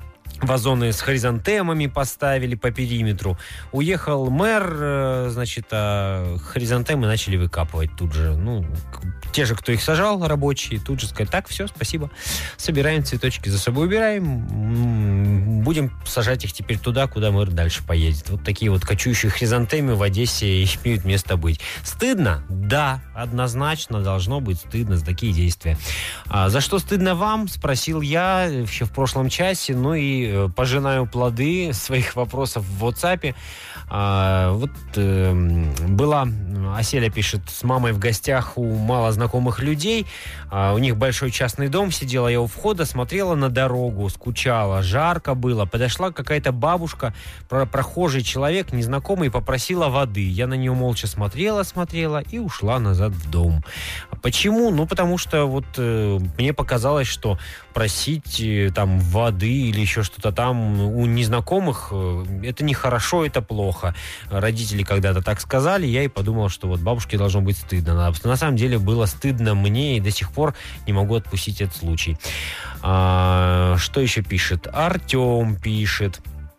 вазоны с хризантемами поставили по периметру. Уехал мэр, значит, а хризантемы начали выкапывать тут же. Ну, те же, кто их сажал, рабочие, тут же сказали: так, все, спасибо. Собираем цветочки, за собой убираем. Будем сажать их теперь туда, куда мэр дальше поедет. Вот такие вот кочующие хризантемы в Одессе имеют место быть. Стыдно? Да, однозначно должно быть стыдно за такие действия. А за что стыдно вам, спросил я еще в прошлом часе. Ну и пожинаю плоды своих вопросов в WhatsApp. А, вот э, была, Аселя пишет, с мамой в гостях у малознакомых людей. А, у них большой частный дом. Сидела я у входа, смотрела на дорогу, скучала, жарко было. Подошла какая-то бабушка, про- прохожий человек, незнакомый, попросила воды. Я на нее молча смотрела, смотрела и ушла назад в дом. Почему? Ну, потому что вот э, мне показалось, что просить э, там воды или еще что-то там у незнакомых э, это нехорошо, это плохо. Родители когда-то так сказали, я и подумал, что вот бабушке должно быть стыдно. На самом деле было стыдно мне, и до сих пор не могу отпустить этот случай. А, что еще пишет? Артем пишет.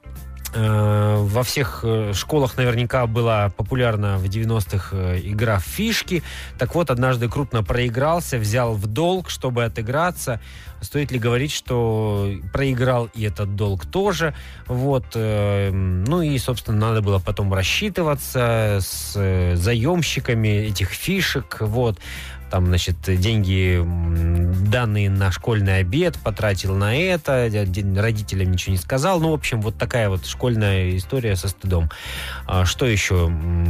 Во всех школах наверняка была популярна в девяностых игра в фишки. Так вот, однажды крупно проигрался, взял в долг, чтобы отыграться. Стоит ли говорить, что проиграл и этот долг тоже? Вот. Ну и, собственно, надо было потом рассчитываться с заемщиками этих фишек. Вот. Там, значит, деньги, данные на школьный обед, потратил на это, родителям ничего не сказал. Ну, в общем, вот такая вот школьная история со стыдом. А что еще?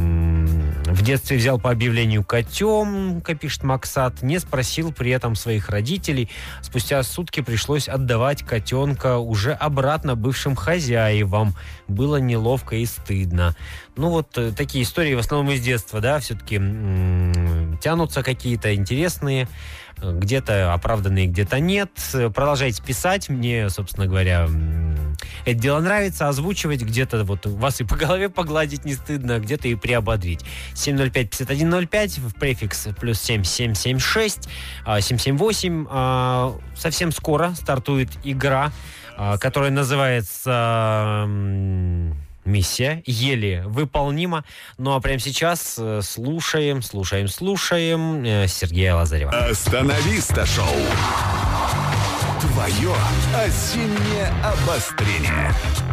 В детстве взял по объявлению котенка, пишет Максат, не спросил при этом своих родителей. Спустя сутки пришлось отдавать котенка уже обратно бывшим хозяевам. Было неловко и стыдно. Ну, вот такие истории в основном из детства, да, все-таки м- тянутся какие-то интересные, где-то оправданные, где-то нет. Продолжайте писать. Мне, собственно говоря, это дело нравится. Озвучивать где-то вот вас и по голове погладить не стыдно, где-то и приободрить. семь ноль пять пятьдесят один ноль пять в префикс плюс семь семь семь шесть семь семь восемь. Совсем скоро стартует игра, которая называется «Миссия еле выполнима». Ну а прямо сейчас слушаем, слушаем, слушаем Сергея Лазарева. Остановиста-шоу. Твое осеннее обострение.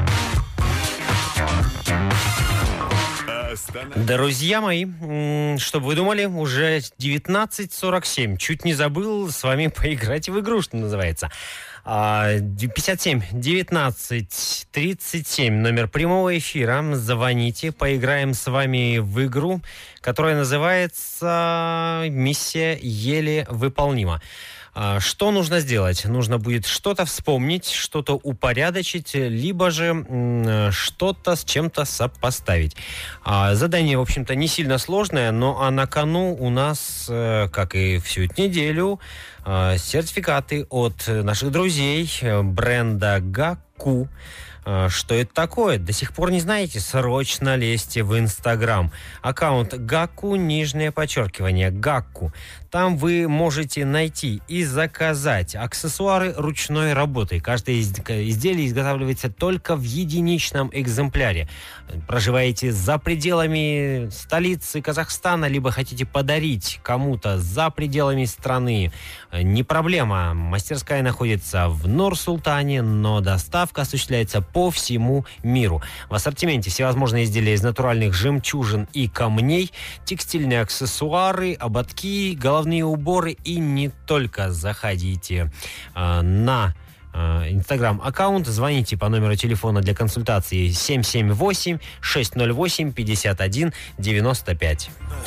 Друзья мои, чтобы вы думали, уже девятнадцать сорок семь. Чуть не забыл с вами поиграть в игру, что называется. пятьдесят семь девятнадцать тридцать семь номер прямого эфира. Звоните, поиграем с вами в игру, которая называется «Миссия еле выполнима». Что нужно сделать? Нужно будет что-то вспомнить, что-то упорядочить, либо же что-то с чем-то сопоставить. Задание, в общем-то, не сильно сложное, но а на кону у нас, как и всю эту неделю, сертификаты от наших друзей бренда Гакку. Что это такое? До сих пор не знаете? Срочно лезьте в Инстаграм. Аккаунт Гакку, нижнее подчеркивание, Гакку. Там вы можете найти и заказать аксессуары ручной работы. Каждое изделие изготавливается только в единичном экземпляре. Проживаете за пределами столицы Казахстана, либо хотите подарить кому-то за пределами страны, не проблема. Мастерская находится в Нур-Султане, но доставка осуществляется по всему миру. В ассортименте всевозможные изделия из натуральных жемчужин и камней, текстильные аксессуары, ободки, головные уборы и не только. Заходите э, на Инстаграм-аккаунт, звоните по номеру телефона для консультации семь семь восемь шесть ноль восемь пятьдесят один девяносто пять.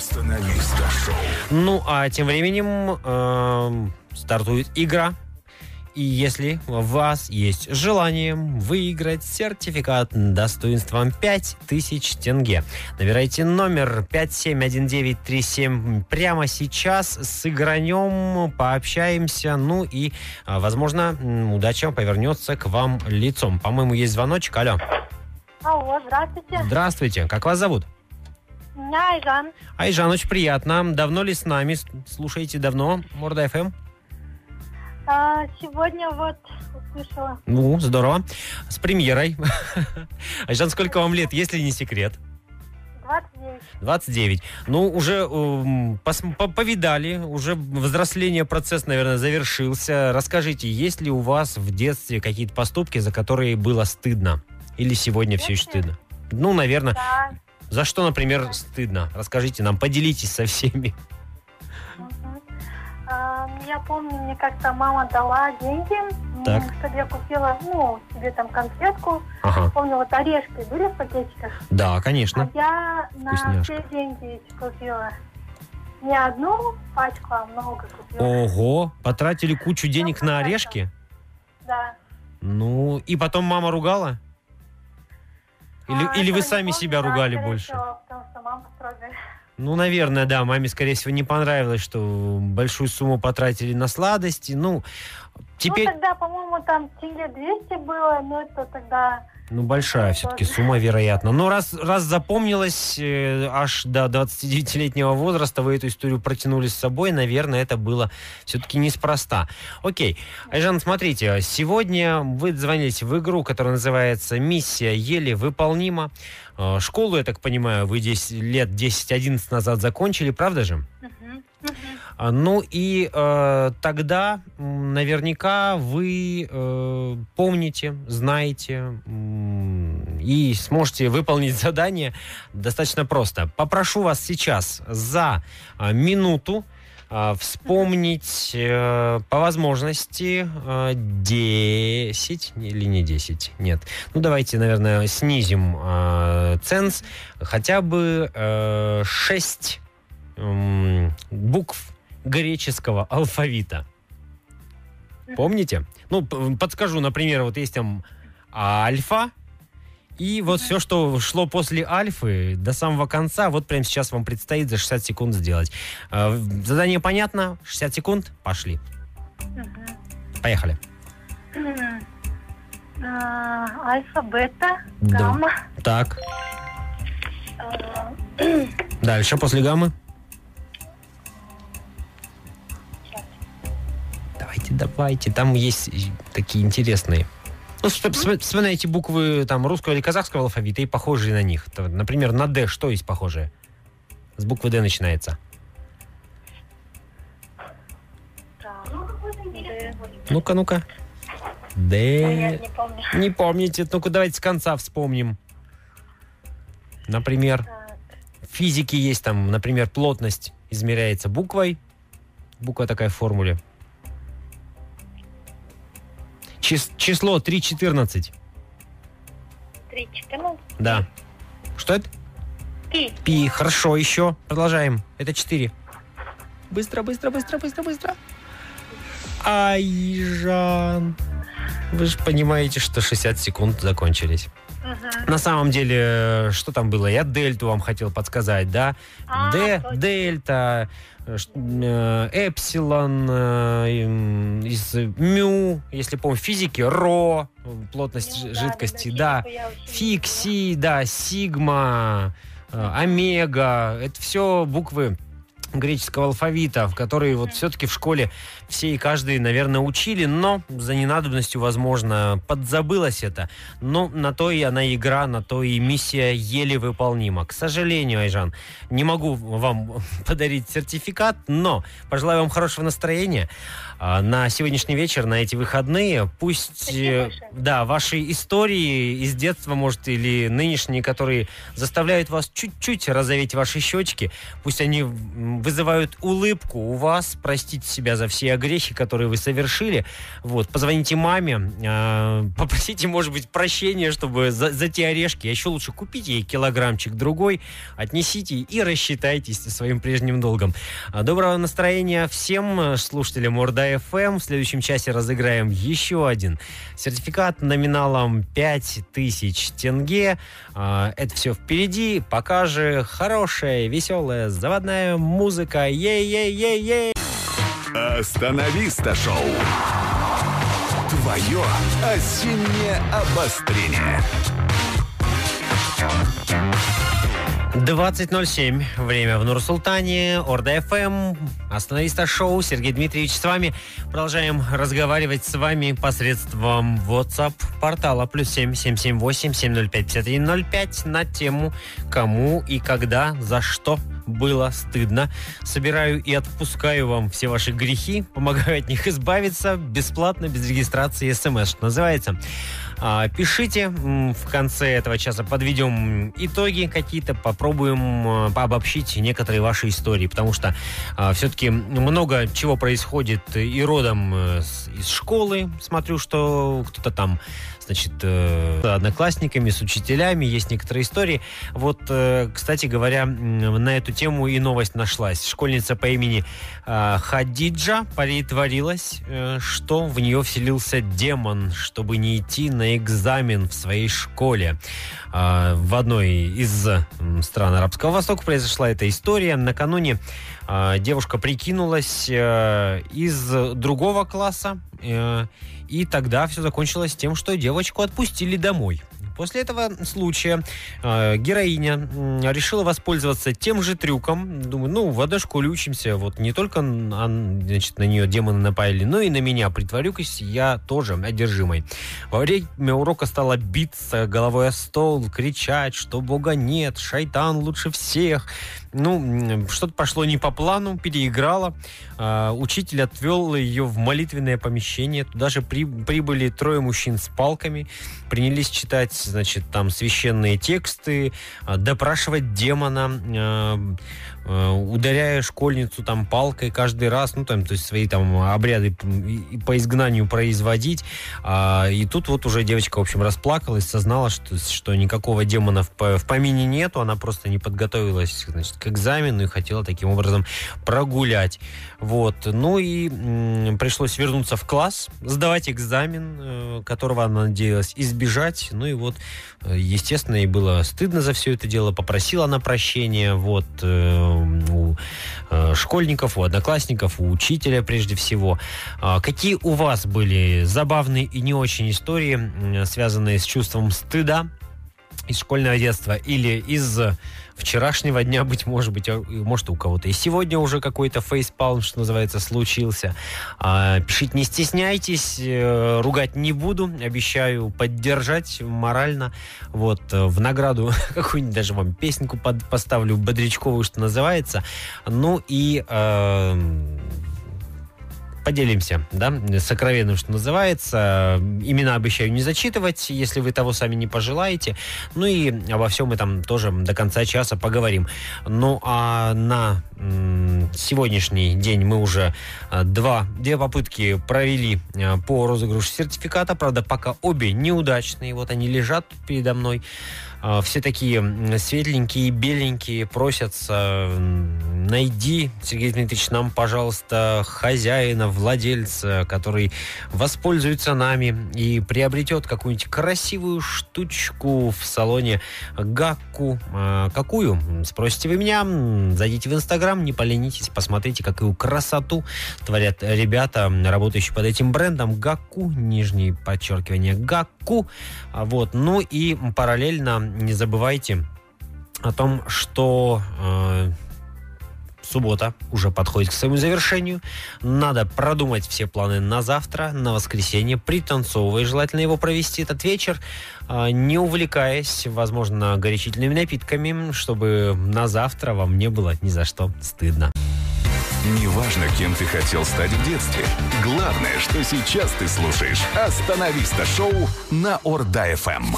Ну, а тем временем э, стартует игра. И если у вас есть желание выиграть сертификат достоинством пять тысяч тенге, набирайте номер пять семь один девять три семь прямо сейчас, сыгранем, пообщаемся, ну и, возможно, удача повернется к вам лицом. По-моему, есть звоночек. Алло. Алло, здравствуйте. Здравствуйте. Как вас зовут? Меня Айжан. Айжан, очень приятно. Давно ли с нами? Слушаете давно Морда эф эм? А, сегодня вот услышала. Ну, здорово. С премьерой. Айжан, сколько вам лет, если не секрет? двадцать девять. двадцать девять. Ну, уже м, пос- по- повидали, уже взросление, процесс, наверное, завершился. Расскажите, есть ли у вас в детстве какие-то поступки, за которые было стыдно? Или сегодня все еще Детстве? стыдно? Ну, наверное. Да. За что, например, стыдно? Расскажите нам, поделитесь со всеми. Мгм. А, я помню, мне как-то мама дала деньги, м, Так. чтобы я купила, ну, себе там конфетку. Ага. Помню, вот орешки были в пакетиках. Да, А конечно. я на Вкусняшка. все деньги купила. Не одну пачку, а много купила. Ого, потратили кучу денег на орешки? Да. Ну, и потом мама ругала? Или, А, или вы этого не сами помню, себя да, ругали скорее больше? всего, потому что мама строгая. Ну, наверное, да. Маме, скорее всего, не понравилось, что большую сумму потратили на сладости. Ну, теперь... Ну, тогда, по-моему, там тенге двести было, но это тогда... Ну, большая все-таки сумма, вероятно. Но раз, раз запомнилось, э, аж до двадцатидевятилетнего возраста вы эту историю протянули с собой, наверное, это было все-таки неспроста. Окей. Айжан, смотрите, сегодня вы звонились в игру, которая называется «Миссия еле выполнима». Э, Школу, я так понимаю, вы здесь лет десять-одиннадцать назад закончили, правда же? Мгм. Мгм. А, Ну и э, тогда м, наверняка вы э, помните, знаете м, и сможете выполнить задание достаточно просто. Попрошу вас сейчас за а, минуту а, вспомнить э, по возможности э, десять или не десять, нет. Ну давайте, наверное, снизим э, ценз, хотя бы э, шесть м, букв греческого алфавита. Помните? Ну, п- подскажу, например, вот есть там альфа, и вот все, что шло после альфы до самого конца, вот прямо сейчас вам предстоит за шестьдесят секунд сделать. Э, Задание понятно? шестьдесят секунд? Пошли. Мгм. Поехали. А, Альфа, бета, Да. гамма. Так, а, дальше, после гаммы. Давайте, давайте, там есть и такие интересные. Ну, вспом- вспом- вспоминайте буквы там русского или казахского алфавита и похожие на них. То, например, на «Д» что есть похожее? С буквы «Д» начинается. так, Д. Ну-ка, ну-ка. Ой, я «Д». не помню. Не помните? Ну-ка, давайте с конца вспомним. Например, Так, в физике есть там, например, плотность измеряется буквой. Буква такая в формуле. Чис- число три четырнадцать. три, четырнадцать. Да. Что это? Пи. Пи. Хорошо, еще. Продолжаем. Это четыре. Быстро, быстро, быстро, быстро, быстро. Айжан. Вы же понимаете, что шестьдесят секунд закончились. Мгм. На самом деле, что там было? Я дельту вам хотел подсказать, да? А, Д, точно. дельта, э, ш- э, эпсилон, э, м, из мю, если помню, в физике, ро, плотность Ну, ж- да, жидкости, да, да, физику я очень фикси, да, сигма, э, омега, это все буквы греческого алфавита, в которые вот все-таки в школе все и каждый, наверное, учили, но за ненадобностью, возможно, подзабылось это. Но на то и она игра, на то и миссия еле выполнима. К сожалению, Айжан, не могу вам подарить сертификат, но пожелаю вам хорошего настроения а, на сегодняшний вечер, на эти выходные. Пусть, Спасибо э, большое. да, ваши истории из детства, может, или нынешние, которые заставляют вас чуть-чуть розоветь ваши щечки, пусть они м, вызывают улыбку у вас, простите себя за все огрехи, которые вы совершили. Вот, позвоните маме, э, попросите, может быть, прощения, чтобы за, за те орешки, а еще лучше купите ей килограммчик другой, отнесите и рассчитайтесь со своим прежним долгом. А, Доброго настроения всем э, слушателям Орда эф эм. В следующем часе разыграем еще один сертификат номиналом пять тысяч тенге. А, Это все впереди. Пока же хорошая, веселая, заводная музыка. Ей-ей-ей-ей! Остановиста шоу. Твое осеннее обострение. двадцать ноль семь. Время в Нур-Султане. Орда эф эм. Остановиста шоу. Сергей Дмитриевич с вами. Продолжаем разговаривать с вами посредством WhatsApp портала плюс семь семь семь восемь семь ноль пять пятьдесят один ноль пять на тему «Кому и когда, за что было стыдно». Собираю и отпускаю вам все ваши грехи, помогаю от них избавиться бесплатно, без регистрации эс эм эс, что называется. Пишите, в конце этого часа подведем итоги какие-то, попробуем обобщить некоторые ваши истории, потому что все-таки много чего происходит и родом из школы. Смотрю, что кто-то там, значит, с одноклассниками, с учителями, есть некоторые истории. Вот, кстати говоря, на эту тему и новость нашлась. Школьница по имени Хадиджа притворилась, что в нее вселился демон, чтобы не идти на экзамен в своей школе. В одной из стран Арабского Востока произошла эта история. Накануне девушка прикинулась из другого класса, и тогда все закончилось тем, что девочку отпустили домой. После этого случая э, героиня э, решила воспользоваться тем же трюком. Думаю, ну, в одной школе учимся, вот не только а, значит, на нее демоны напали, но и на меня. Притворюсь, я тоже одержимый. Во время урока стала биться головой о стол, кричать, что Бога нет, шайтан лучше всех. Ну, что-то пошло не по плану, переиграла. Э, учитель отвел ее в молитвенное помещение. Туда же при, прибыли трое мужчин с палками. Принялись читать, значит, там священные тексты, допрашивать демона, ударяя школьницу там палкой каждый раз, ну там, то есть свои там обряды по изгнанию производить. И тут вот уже девочка, в общем, расплакалась, сознала, что, что никакого демона в, в помине нету, она просто не подготовилась, значит, к экзамену и хотела таким образом прогулять. Вот. Ну и м, пришлось вернуться в класс, сдавать экзамен, э, которого она надеялась избежать. Ну и вот, естественно, ей было стыдно за все это дело, попросила она прощения, вот, э, у э, школьников, у одноклассников, у учителя прежде всего. А какие у вас были забавные и не очень истории, связанные с чувством стыда из школьного детства или из вчерашнего дня, быть может быть, может, у кого-то и сегодня уже какой-то фейспалм, что называется, случился. А, пишите, не стесняйтесь, ругать не буду, обещаю поддержать морально. Вот, в награду какую-нибудь даже вам песенку под, поставлю, бодрячковую, что называется. Ну и э, поделимся, да, сокровенным, что называется. Имена обещаю не зачитывать, если вы того сами не пожелаете. Ну и обо всем этом тоже до конца часа поговорим. Ну а на м, сегодняшний день мы уже два, две попытки провели по розыгрышу сертификата. Правда, пока обе неудачные. Вот они лежат передо мной. Все такие светленькие, беленькие, просятся: найди, Сергей Дмитриевич, нам, пожалуйста, хозяина, владельца, который воспользуется нами и приобретет какую-нибудь красивую штучку в салоне Гакку. Какую? Спросите вы меня, зайдите в Инстаграм, не поленитесь, посмотрите, какую красоту творят ребята, работающие под этим брендом Гакку, нижнее подчеркивание Гакку. Вот. Ну и параллельно не забывайте о том, что э, суббота уже подходит к своему завершению. Надо продумать все планы на завтра, на воскресенье, пританцовывая, желательно его провести этот вечер, э, не увлекаясь, возможно, горячительными напитками, чтобы на завтра вам не было ни за что стыдно. Неважно, кем ты хотел стать в детстве. Главное, что сейчас ты слушаешь «Остановиста» шоу на Орда эф эм.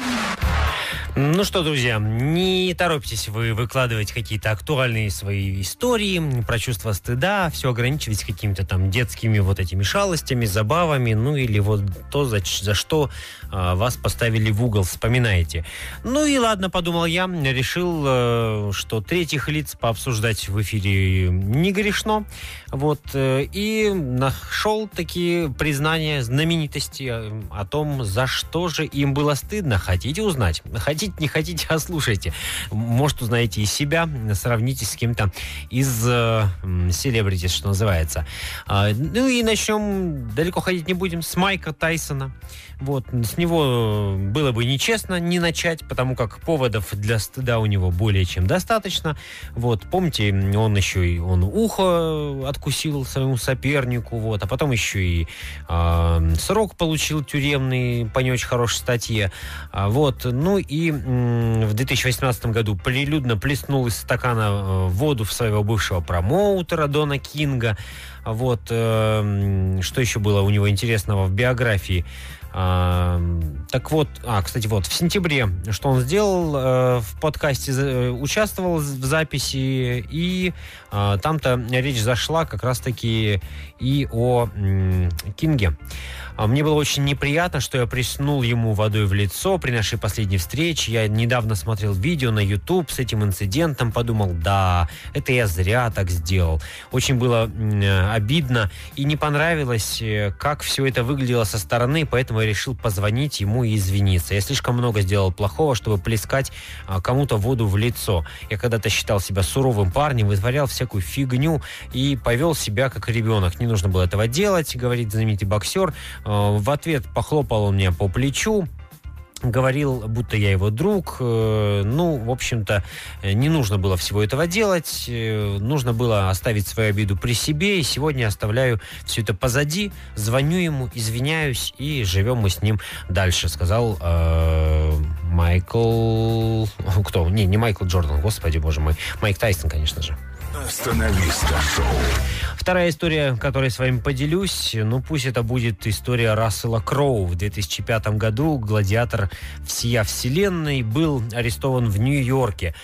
Ну что, друзья, не торопитесь вы выкладывать какие-то актуальные свои истории про чувство стыда, все ограничивайтесь какими-то там детскими вот этими шалостями, забавами, ну или вот то, за, за что а, вас поставили в угол, вспоминаете. Ну и ладно, подумал я, решил, а, что третьих лиц пообсуждать в эфире не грешно, вот, и нашел такие признания знаменитости о том, за что же им было стыдно. Хотите узнать? Хотите Хотите, не хотите, а слушайте. Может, узнаете из себя, сравните с кем-то из селебрити, э, что называется. А, ну и начнем, далеко ходить не будем, с Майка Тайсона. Вот, с него было бы нечестно не начать, потому как поводов для стыда у него более чем достаточно. Вот, помните, он еще и он ухо откусил своему сопернику, вот, а потом еще и э, срок получил тюремный по не очень хорошей статье. А, вот, ну и м, в две тысячи восемнадцатом году прилюдно плеснул из стакана э, воду в своего бывшего промоутера Дона Кинга. Вот, э, что еще было у него интересного в биографии? А, так вот, а, кстати, вот, в сентябре, что он сделал, э, в подкасте э, участвовал в записи, и э, там-то речь зашла как раз-таки и о м, Кинге. А мне было очень неприятно, что я плеснул ему водой в лицо при нашей последней встрече. Я недавно смотрел видео на YouTube с этим инцидентом, подумал, да, это я зря так сделал. Очень было м, обидно и не понравилось, как все это выглядело со стороны, поэтому я решил позвонить ему и извиниться. Я слишком много сделал плохого, чтобы плескать а, кому-то воду в лицо. Я когда-то считал себя суровым парнем, вытворял всякую фигню и повел себя как ребенок. Не нужно было этого делать, говорит знаменитый боксер. В ответ похлопал он меня по плечу, говорил, будто я его друг. Ну, в общем-то, не нужно было всего этого делать. Нужно было оставить свою обиду при себе. И сегодня оставляю все это позади. Звоню ему, извиняюсь, и живем мы с ним дальше, сказал э, Майкл... Кто? Не, не Майкл Джордан, господи, боже мой. Майк Тайсон, конечно же. Остановиста шоу. Вторая история, которой с вами поделюсь, ну пусть это будет история Рассела Кроу. В две тысячи пятом году гладиатор всея вселенной был арестован в Нью-Йорке.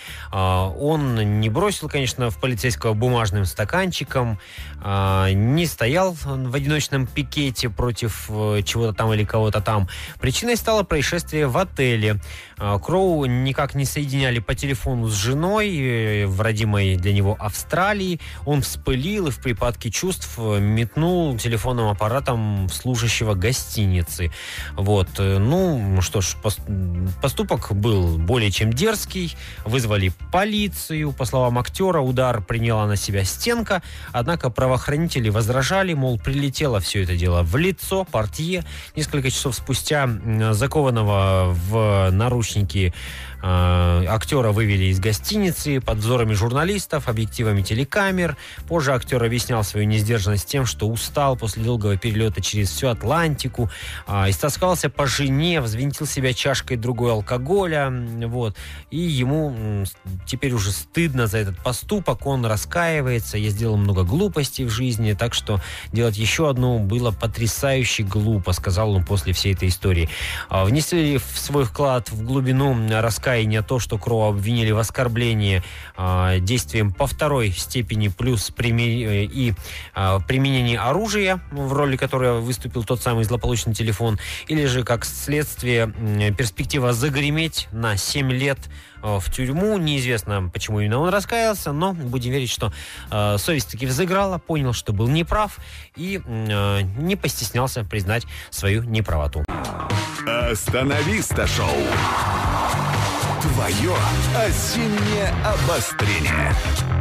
Он не бросил, конечно, в полицейского бумажным стаканчиком, не стоял в одиночном пикете против чего-то там или кого-то там. Причиной стало происшествие в отеле. Кроу никак не соединяли по телефону с женой в родимой для него Австралии. Он вспылил и в припадке чувств метнул телефонным аппаратом служащего гостиницы. Вот. Ну, что ж, поступок был более чем дерзкий. Вызвали полицию. По словам актера, удар приняла на себя стенка. Однако правоохранители возражали, мол, прилетело все это дело в лицо портье. Несколько часов спустя закованного в наручники э, актера вывели из гостиницы под взорами журналистов, объективами телекамер. Позже актер объяснял свою несдержанность тем, что устал после долгого перелета через всю Атлантику, э, истаскался по жене, взвинтил себя чашкой другой алкоголя. Вот. И ему э, теперь уже стыдно за этот поступок. Он раскаивается. Я сделал много глупостей в жизни, так что делать еще одну было потрясающе глупо, сказал он после всей этой истории. Э, внесли в свой вклад в глубину раскаяния то, что Кроу обвинили в оскорблении э, действием по второй степени плюс прими... и э, применении оружия, в роли которого выступил тот самый злополучный телефон, или же как следствие э, перспектива загреметь на семь лет э, в тюрьму. Неизвестно, почему именно он раскаялся, но будем верить, что э, совесть таки взыграла, понял, что был неправ и э, не постеснялся признать свою неправоту. Остановиста шоу. Твое осеннее обострение.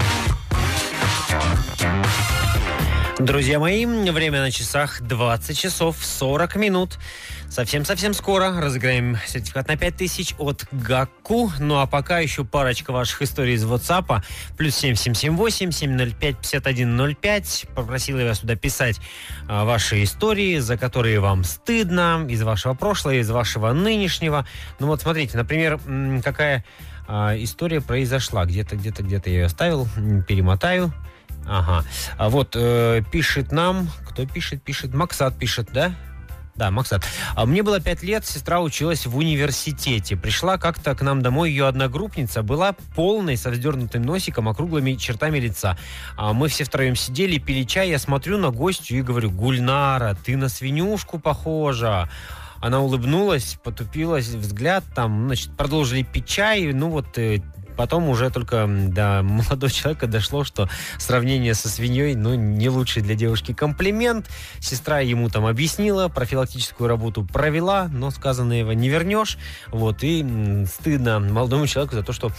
Друзья мои, время на часах двадцать часов сорок минут. Совсем-совсем скоро разыграем сертификат на пять тысяч от ГАКу. Ну а пока еще парочка ваших историй из WhatsApp. Плюс семь семь семь восемь семь ноль пять пятьдесят один ноль пять. Попросила я вас туда писать а, ваши истории, за которые вам стыдно, из вашего прошлого, из вашего нынешнего. Ну вот смотрите, например, какая а, история произошла. Где-то, где-то, где-то я ее оставил. Перемотаю. Ага. А вот э, пишет нам... Кто пишет? Пишет. Максат пишет, да? Да, Максат. А мне было пять лет, сестра училась в университете. Пришла как-то к нам домой ее одногруппница, была полной, со вздернутым носиком, округлыми чертами лица. А мы все втроем сидели, пили чай, я смотрю на гостью и говорю: «Гульнара, ты на свинюшку похожа». Она улыбнулась, потупилась, взгляд там, значит, продолжили пить чай, ну вот... потом уже только до молодого человека дошло, что сравнение со свиньей, ну, не лучший для девушки комплимент. Сестра ему там объяснила, профилактическую работу провела, но сказанное его не вернешь. Вот, и стыдно молодому человеку за то, что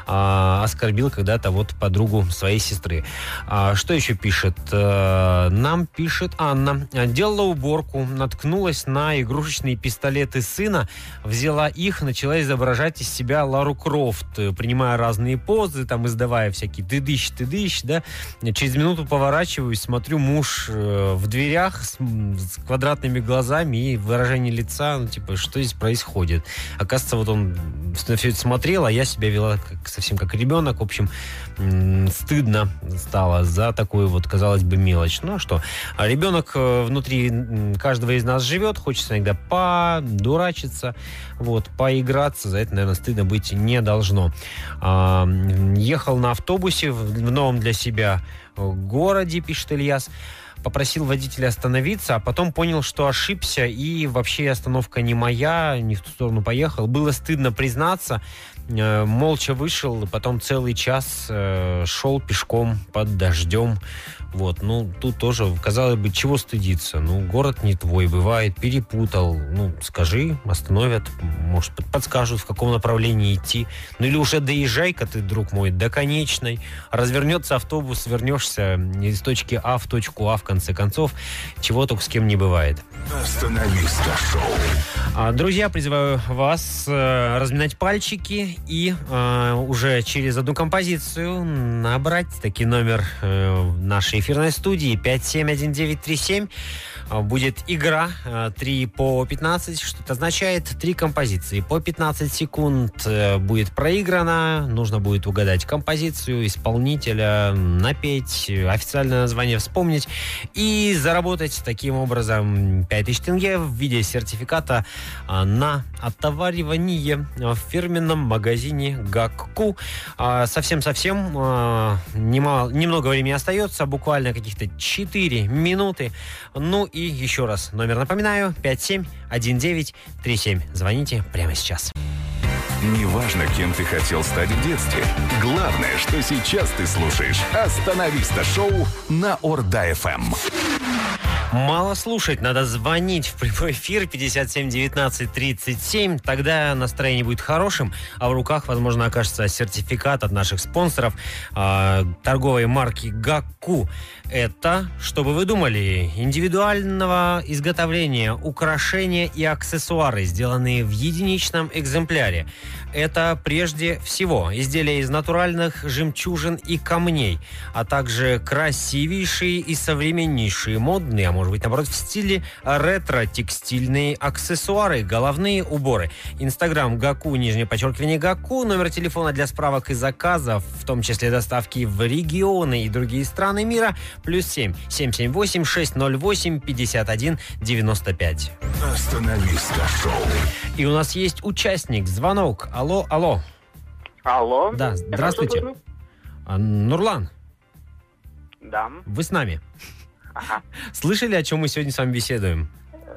а, оскорбил когда-то вот подругу своей сестры. А, что еще пишет? А, нам пишет Анна. Делала уборку, наткнулась на игрушечные пистолеты сына, взяла их, начала изображать из себя Лару Крофт, принимая разные позы, там, издавая всякие тыдыщ, тыдыщ, да. Через минуту поворачиваюсь, смотрю, муж э, в дверях с, с квадратными глазами и выражение лица, ну, типа, что здесь происходит? Оказывается, вот он на все это смотрел, а я себя вела как, совсем как ребенок. В общем, м- стыдно стало за такую вот, казалось бы, мелочь. Ну, а что? А ребенок внутри каждого из нас живет, хочется иногда подурачиться, вот, поиграться. За это, наверное, стыдно быть не должно. А, ехал на автобусе в, в новом для себя городе, пишет Ильяс. Попросил водителя остановиться, а потом понял, что ошибся, и вообще остановка не моя, не в ту сторону поехал. Было стыдно признаться. Э, молча вышел, потом целый час э, шел пешком под дождем. Вот, ну, тут тоже, казалось бы, чего стыдиться? Ну, город не твой, бывает, перепутал. Ну, скажи, остановят, может, подскажут, в каком направлении идти. Ну, или уже доезжай-ка ты, друг мой, до конечной. Развернется автобус, вернешься из точки А в точку А, в конце концов. Чего только с кем не бывает. Остановиста шоу. Друзья, призываю вас э, разминать пальчики и э, уже через одну композицию набрать таки номер э, нашей эфирной студии пять семь один девять три семь. Будет игра три по пятнадцать, что это означает три композиции. По пятнадцать секунд будет проиграно, нужно будет угадать композицию, исполнителя, напеть, официальное название вспомнить и заработать таким образом пять тысяч тенге в виде сертификата на отоваривание в фирменном магазине ГАККУ. Совсем-совсем немало, немного времени остается, буквально каких-то четыре минуты. Ну и еще раз номер напоминаю: пять семь один девять три семь. Звоните прямо сейчас. Неважно, кем ты хотел стать в детстве. Главное, что сейчас ты слушаешь «Остановиста» шоу на Орда-эф эм. Мало слушать, надо звонить в прямой эфир пятьдесят семь девятнадцать тридцать семь. Тогда настроение будет хорошим, а в руках, возможно, окажется сертификат от наших спонсоров э, торговой марки ГАККУ. Это, что бы вы думали, индивидуального изготовления украшения и аксессуары, сделанные в единичном экземпляре. Это прежде всего изделия из натуральных жемчужин и камней, а также красивейшие и современнейшие модные, а может быть, наоборот, в стиле ретро-текстильные аксессуары, головные уборы. Инстаграм ГАККУ, нижнее подчеркивание ГАККУ, номер телефона для справок и заказов, в том числе доставки в регионы и другие страны мира, плюс семь семь семь восемь шесть ноль восемь пятьдесят один девяносто пять. Остановиста шоу. И у нас есть участник, звонок. Алло, алло. Алло. Да, здравствуйте. А, Нурлан. Да. Вы с нами? Ага. Слышали, о чем мы сегодня с вами беседуем?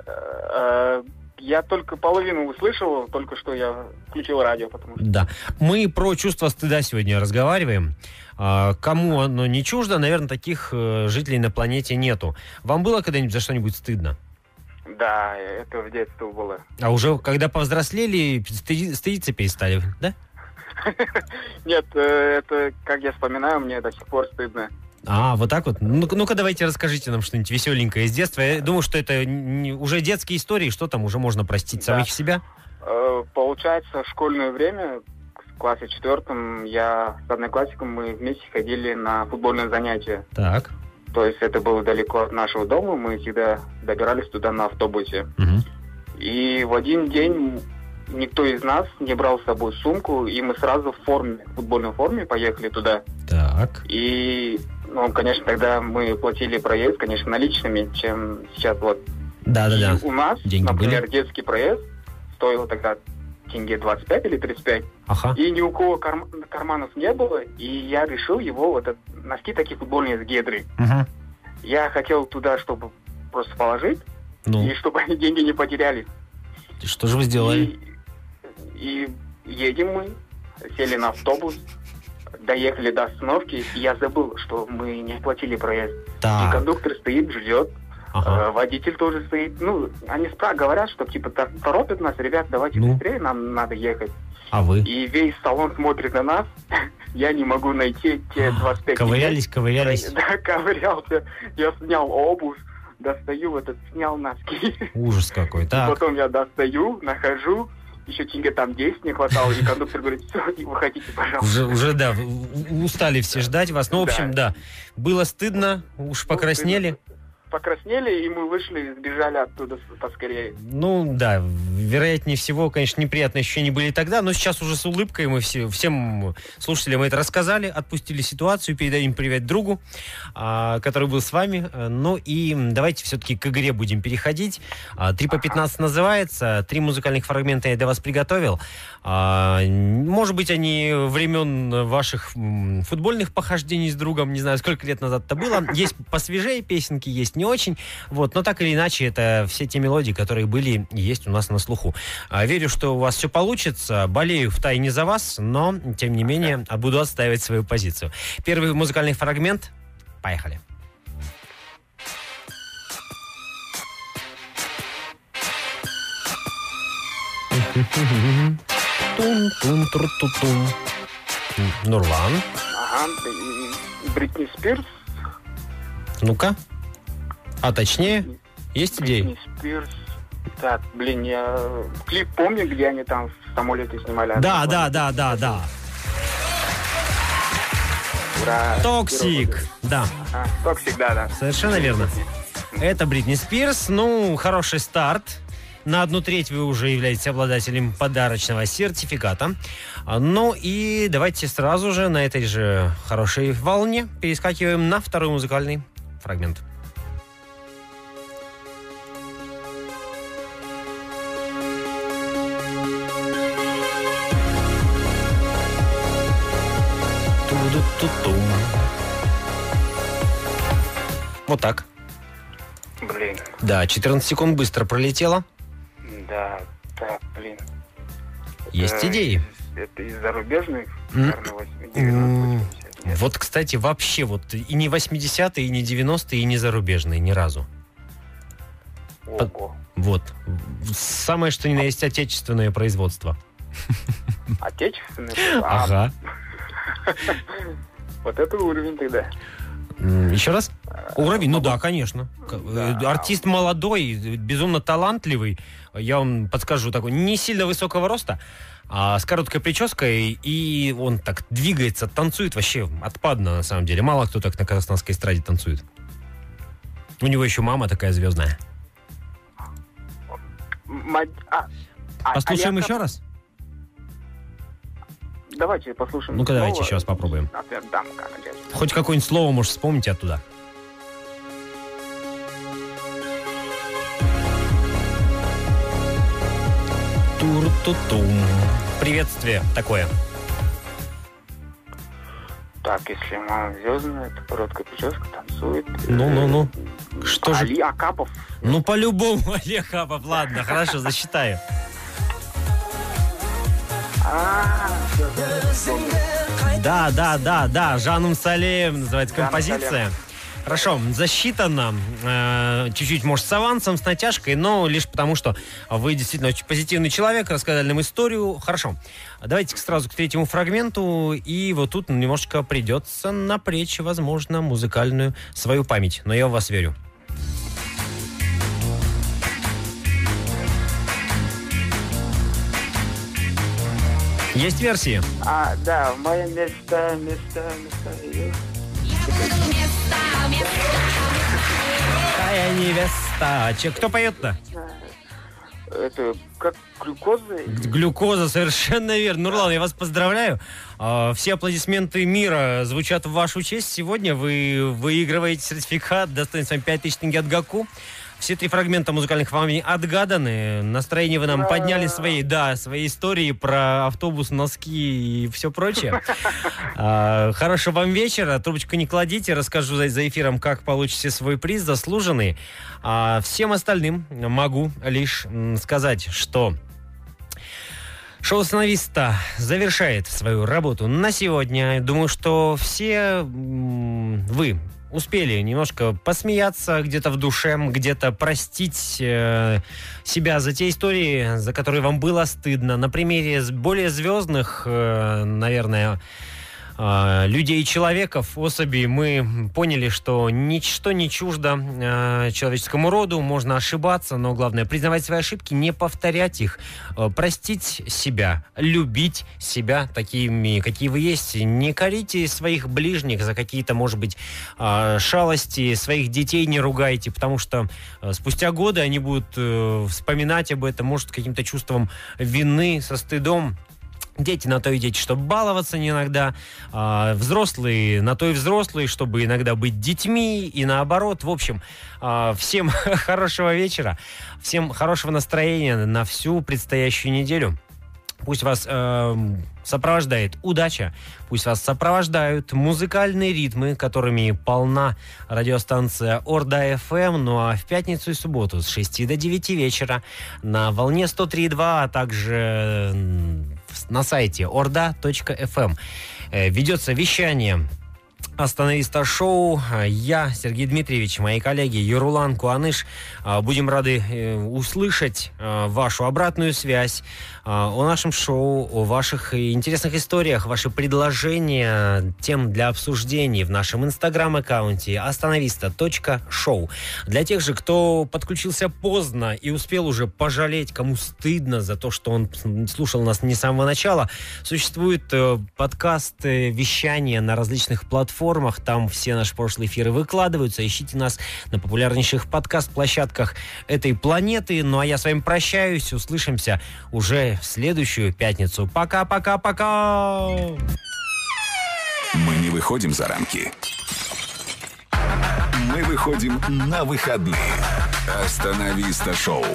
Я только половину услышал, только что я включил радио, потому что... Да. Мы про чувство стыда сегодня разговариваем. А, кому оно не чуждо, наверное, таких э, жителей на планете нету. Вам было когда-нибудь за что-нибудь стыдно? Да, это в детстве было. А уже когда повзрослели, стыди- стыдиться перестали, да? Нет, это, как я вспоминаю, мне до сих пор стыдно. А, вот так вот? Ну, ну-ка, давайте расскажите нам что-нибудь веселенькое из детства. Я думаю, что это не, уже детские истории, что там уже можно простить Да. самих себя. Э, Получается, в школьное время, в классе четвертом, я с одноклассником, мы вместе ходили на футбольные занятия. Так. То есть это было далеко от нашего дома, мы всегда добирались туда на автобусе. Угу. И в один день никто из нас не брал с собой сумку, и мы сразу в форме, в футбольной форме поехали туда. Так. И, ну, конечно, тогда мы платили проезд, конечно, наличными, чем сейчас вот. Да-да-да. И у нас, Деньги например, были? детский проезд стоил тогда тенге двадцать пять или тридцать пять. Ага. И ни у кого карм- карманов не было, и я решил его, вот это, носки такие футбольные с гедрой. Угу. Я хотел туда, чтобы просто положить, Ну, и чтобы они деньги не потеряли. что же вы сделали? И, и едем мы, сели на автобус, доехали до остановки, и я забыл, что мы не оплатили проезд. Так. И кондуктор стоит, ждет. Ага. Э, Водитель тоже стоит. Ну, они спра говорят, что типа тор- торопят нас, ребят, давайте Ну. быстрее, нам надо ехать. А вы? И весь салон смотрит на нас. Я не могу найти те двадцать пять Ковырялись, ковырялись. гривен. Да, ковырялся. Я снял обувь, достаю этот, снял носки. Ужас какой. Так. Потом я достаю, нахожу. Еще тенге там десять не хватало. И кондуктор говорит, все, выходите, пожалуйста. Уже, уже, да, у- устали все ждать вас. Ну, в общем, да. Было стыдно, уж покраснели. Покраснели, и мы вышли, сбежали оттуда с- поскорее. Ну, да, вероятнее всего, конечно, неприятные ощущения были тогда, но сейчас уже с улыбкой мы все, всем слушателям это рассказали, отпустили ситуацию, передаем привет другу, а, который был с вами. Ну и давайте все-таки к игре будем переходить. А, Три по пятнадцать называется, три музыкальных фрагмента я для вас приготовил. А, Может быть, они времен ваших м, футбольных похождений с другом, не знаю, сколько лет назад это было. Есть посвежее песенки, есть не очень. Вот, но так или иначе, это все те мелодии, которые были и есть у нас на слуху. А, Верю, что у вас все получится. Болею втайне за вас, но, тем не менее, буду отстаивать свою позицию. Первый музыкальный фрагмент. Поехали. Тум-тум-тру-ту-тум. Нурлан. Ага, и Бритни Спирс. Ну-ка. А точнее, есть идеи? Бритни Спирс. Так, блин, я клип помню, где они там в самолете снимали. Да, да, да, да, да. Ура. Токсик. Да, А, Токсик, да, да. совершенно верно. Это Бритни Спирс. Ну, хороший старт. На одну треть вы уже являетесь обладателем подарочного сертификата. А, Ну и давайте сразу же на этой же хорошей волне перескакиваем на второй музыкальный фрагмент. Ту-ду-ту-тум. Вот так. Блин, Да, четырнадцать секунд быстро пролетело. да, так, блин. Есть Это идеи? из- Это из зарубежных, М. наверное, восемьдесят, М. девяносто, нет. Вот, кстати, вообще вот и не восьмидесятые, и не девяностые, и не зарубежные ни разу. Ого. Вот. Самое, что ни на есть отечественное производство. Отечественный? А, Ага. Вот это уровень тогда. М, Еще раз? Уровень? Ну да, конечно. К- Да. э, Артист молодой, безумно талантливый. Я вам подскажу, такой не сильно высокого роста, а с короткой прической. И он так двигается, танцует вообще отпадно, на самом деле. Мало кто так на казахстанской эстраде танцует. У него еще мама такая звездная. Ма- а, а- Послушаем а я- еще раз? Давайте послушаем. Ну-ка, давайте снова. еще раз попробуем. Ответ дам, конечно. Хоть какое-нибудь слово, может, вспомните оттуда. Тур-ту-тум. Приветствие такое. Так, если мама звездная, то короткая прическа, танцует. Ну-ну-ну. Что же? Али Акапов. Ну, по-любому, Олег Апов. Ладно, хорошо, засчитаю. А, Да, да, да, да. Жаном Салеем называется Жаном композиция. Салеем. Хорошо, засчитано. Э, Чуть-чуть, может, с авансом, с натяжкой, но лишь потому, что вы действительно очень позитивный человек, рассказали нам историю. Хорошо. Давайте сразу к третьему фрагменту. И вот тут немножечко придется напрячь, возможно, музыкальную свою память. Но я в вас верю. Есть версии? а, да, мое место, место, место. ее. Какая невеста. Че, кто поет-то? Это как глюкоза? Глюкоза, совершенно верно. Нурлан, я вас поздравляю. А, Все аплодисменты мира звучат в вашу честь. Сегодня вы выигрываете сертификат, достоин с вами пять тысяч тенге от ГАКУ. Все три фрагмента музыкальных вам отгаданы. Настроение вы нам Ура! подняли свои, да, свои истории про автобус, носки и все прочее. А, Хорошего вам вечера. Трубочку не кладите. Расскажу за, за эфиром, как получите свой приз заслуженный. А всем остальным могу лишь м, сказать, что Шоу «Остановиста» завершает свою работу на сегодня. Думаю, что все м, вы успели немножко посмеяться где-то в душе, где-то простить э, себя за те истории, за которые вам было стыдно. На примере более звездных, э, наверное, э, людей и человеков, особей, мы поняли, что ничто не чуждо э, человеческому роду. Можно ошибаться, но главное признавать свои ошибки, не повторять их, э, простить себя, любить себя такими, какие вы есть. Не корите своих ближних за какие-то, может быть, э, шалости, своих детей не ругайте, потому что э, спустя годы они будут э, вспоминать об этом, может, каким-то чувством вины, со стыдом. Дети на то и дети, чтобы баловаться иногда, а взрослые на то и взрослые, чтобы иногда быть детьми, и наоборот. В общем, а, всем хорошего вечера, всем хорошего настроения на всю предстоящую неделю. Пусть вас э, сопровождает удача, пусть вас сопровождают музыкальные ритмы, которыми полна радиостанция Орда-эф эм. Ну а в пятницу и субботу с шести до девяти вечера на волне сто три и два, а также на сайте орда точка эф эм э, ведется вещание «Остановиста шоу». Я, Сергей Дмитриевич, мои коллеги Ерулан, Куаныш, будем рады услышать вашу обратную связь о нашем шоу, о ваших интересных историях, ваши предложения, тем для обсуждений в нашем инстаграм-аккаунте остановиста точка шоу. Для тех же, кто подключился поздно и успел уже пожалеть, кому стыдно за то, что он слушал нас не с самого начала, существует подкаст вещания на различных платформах. Там все наши прошлые эфиры выкладываются. Ищите нас на популярнейших подкаст-площадках этой планеты. Ну а я с вами прощаюсь. Услышимся уже в следующую пятницу. Пока-пока-пока! Мы не выходим за рамки. Мы выходим на выходные. Остановиста шоу.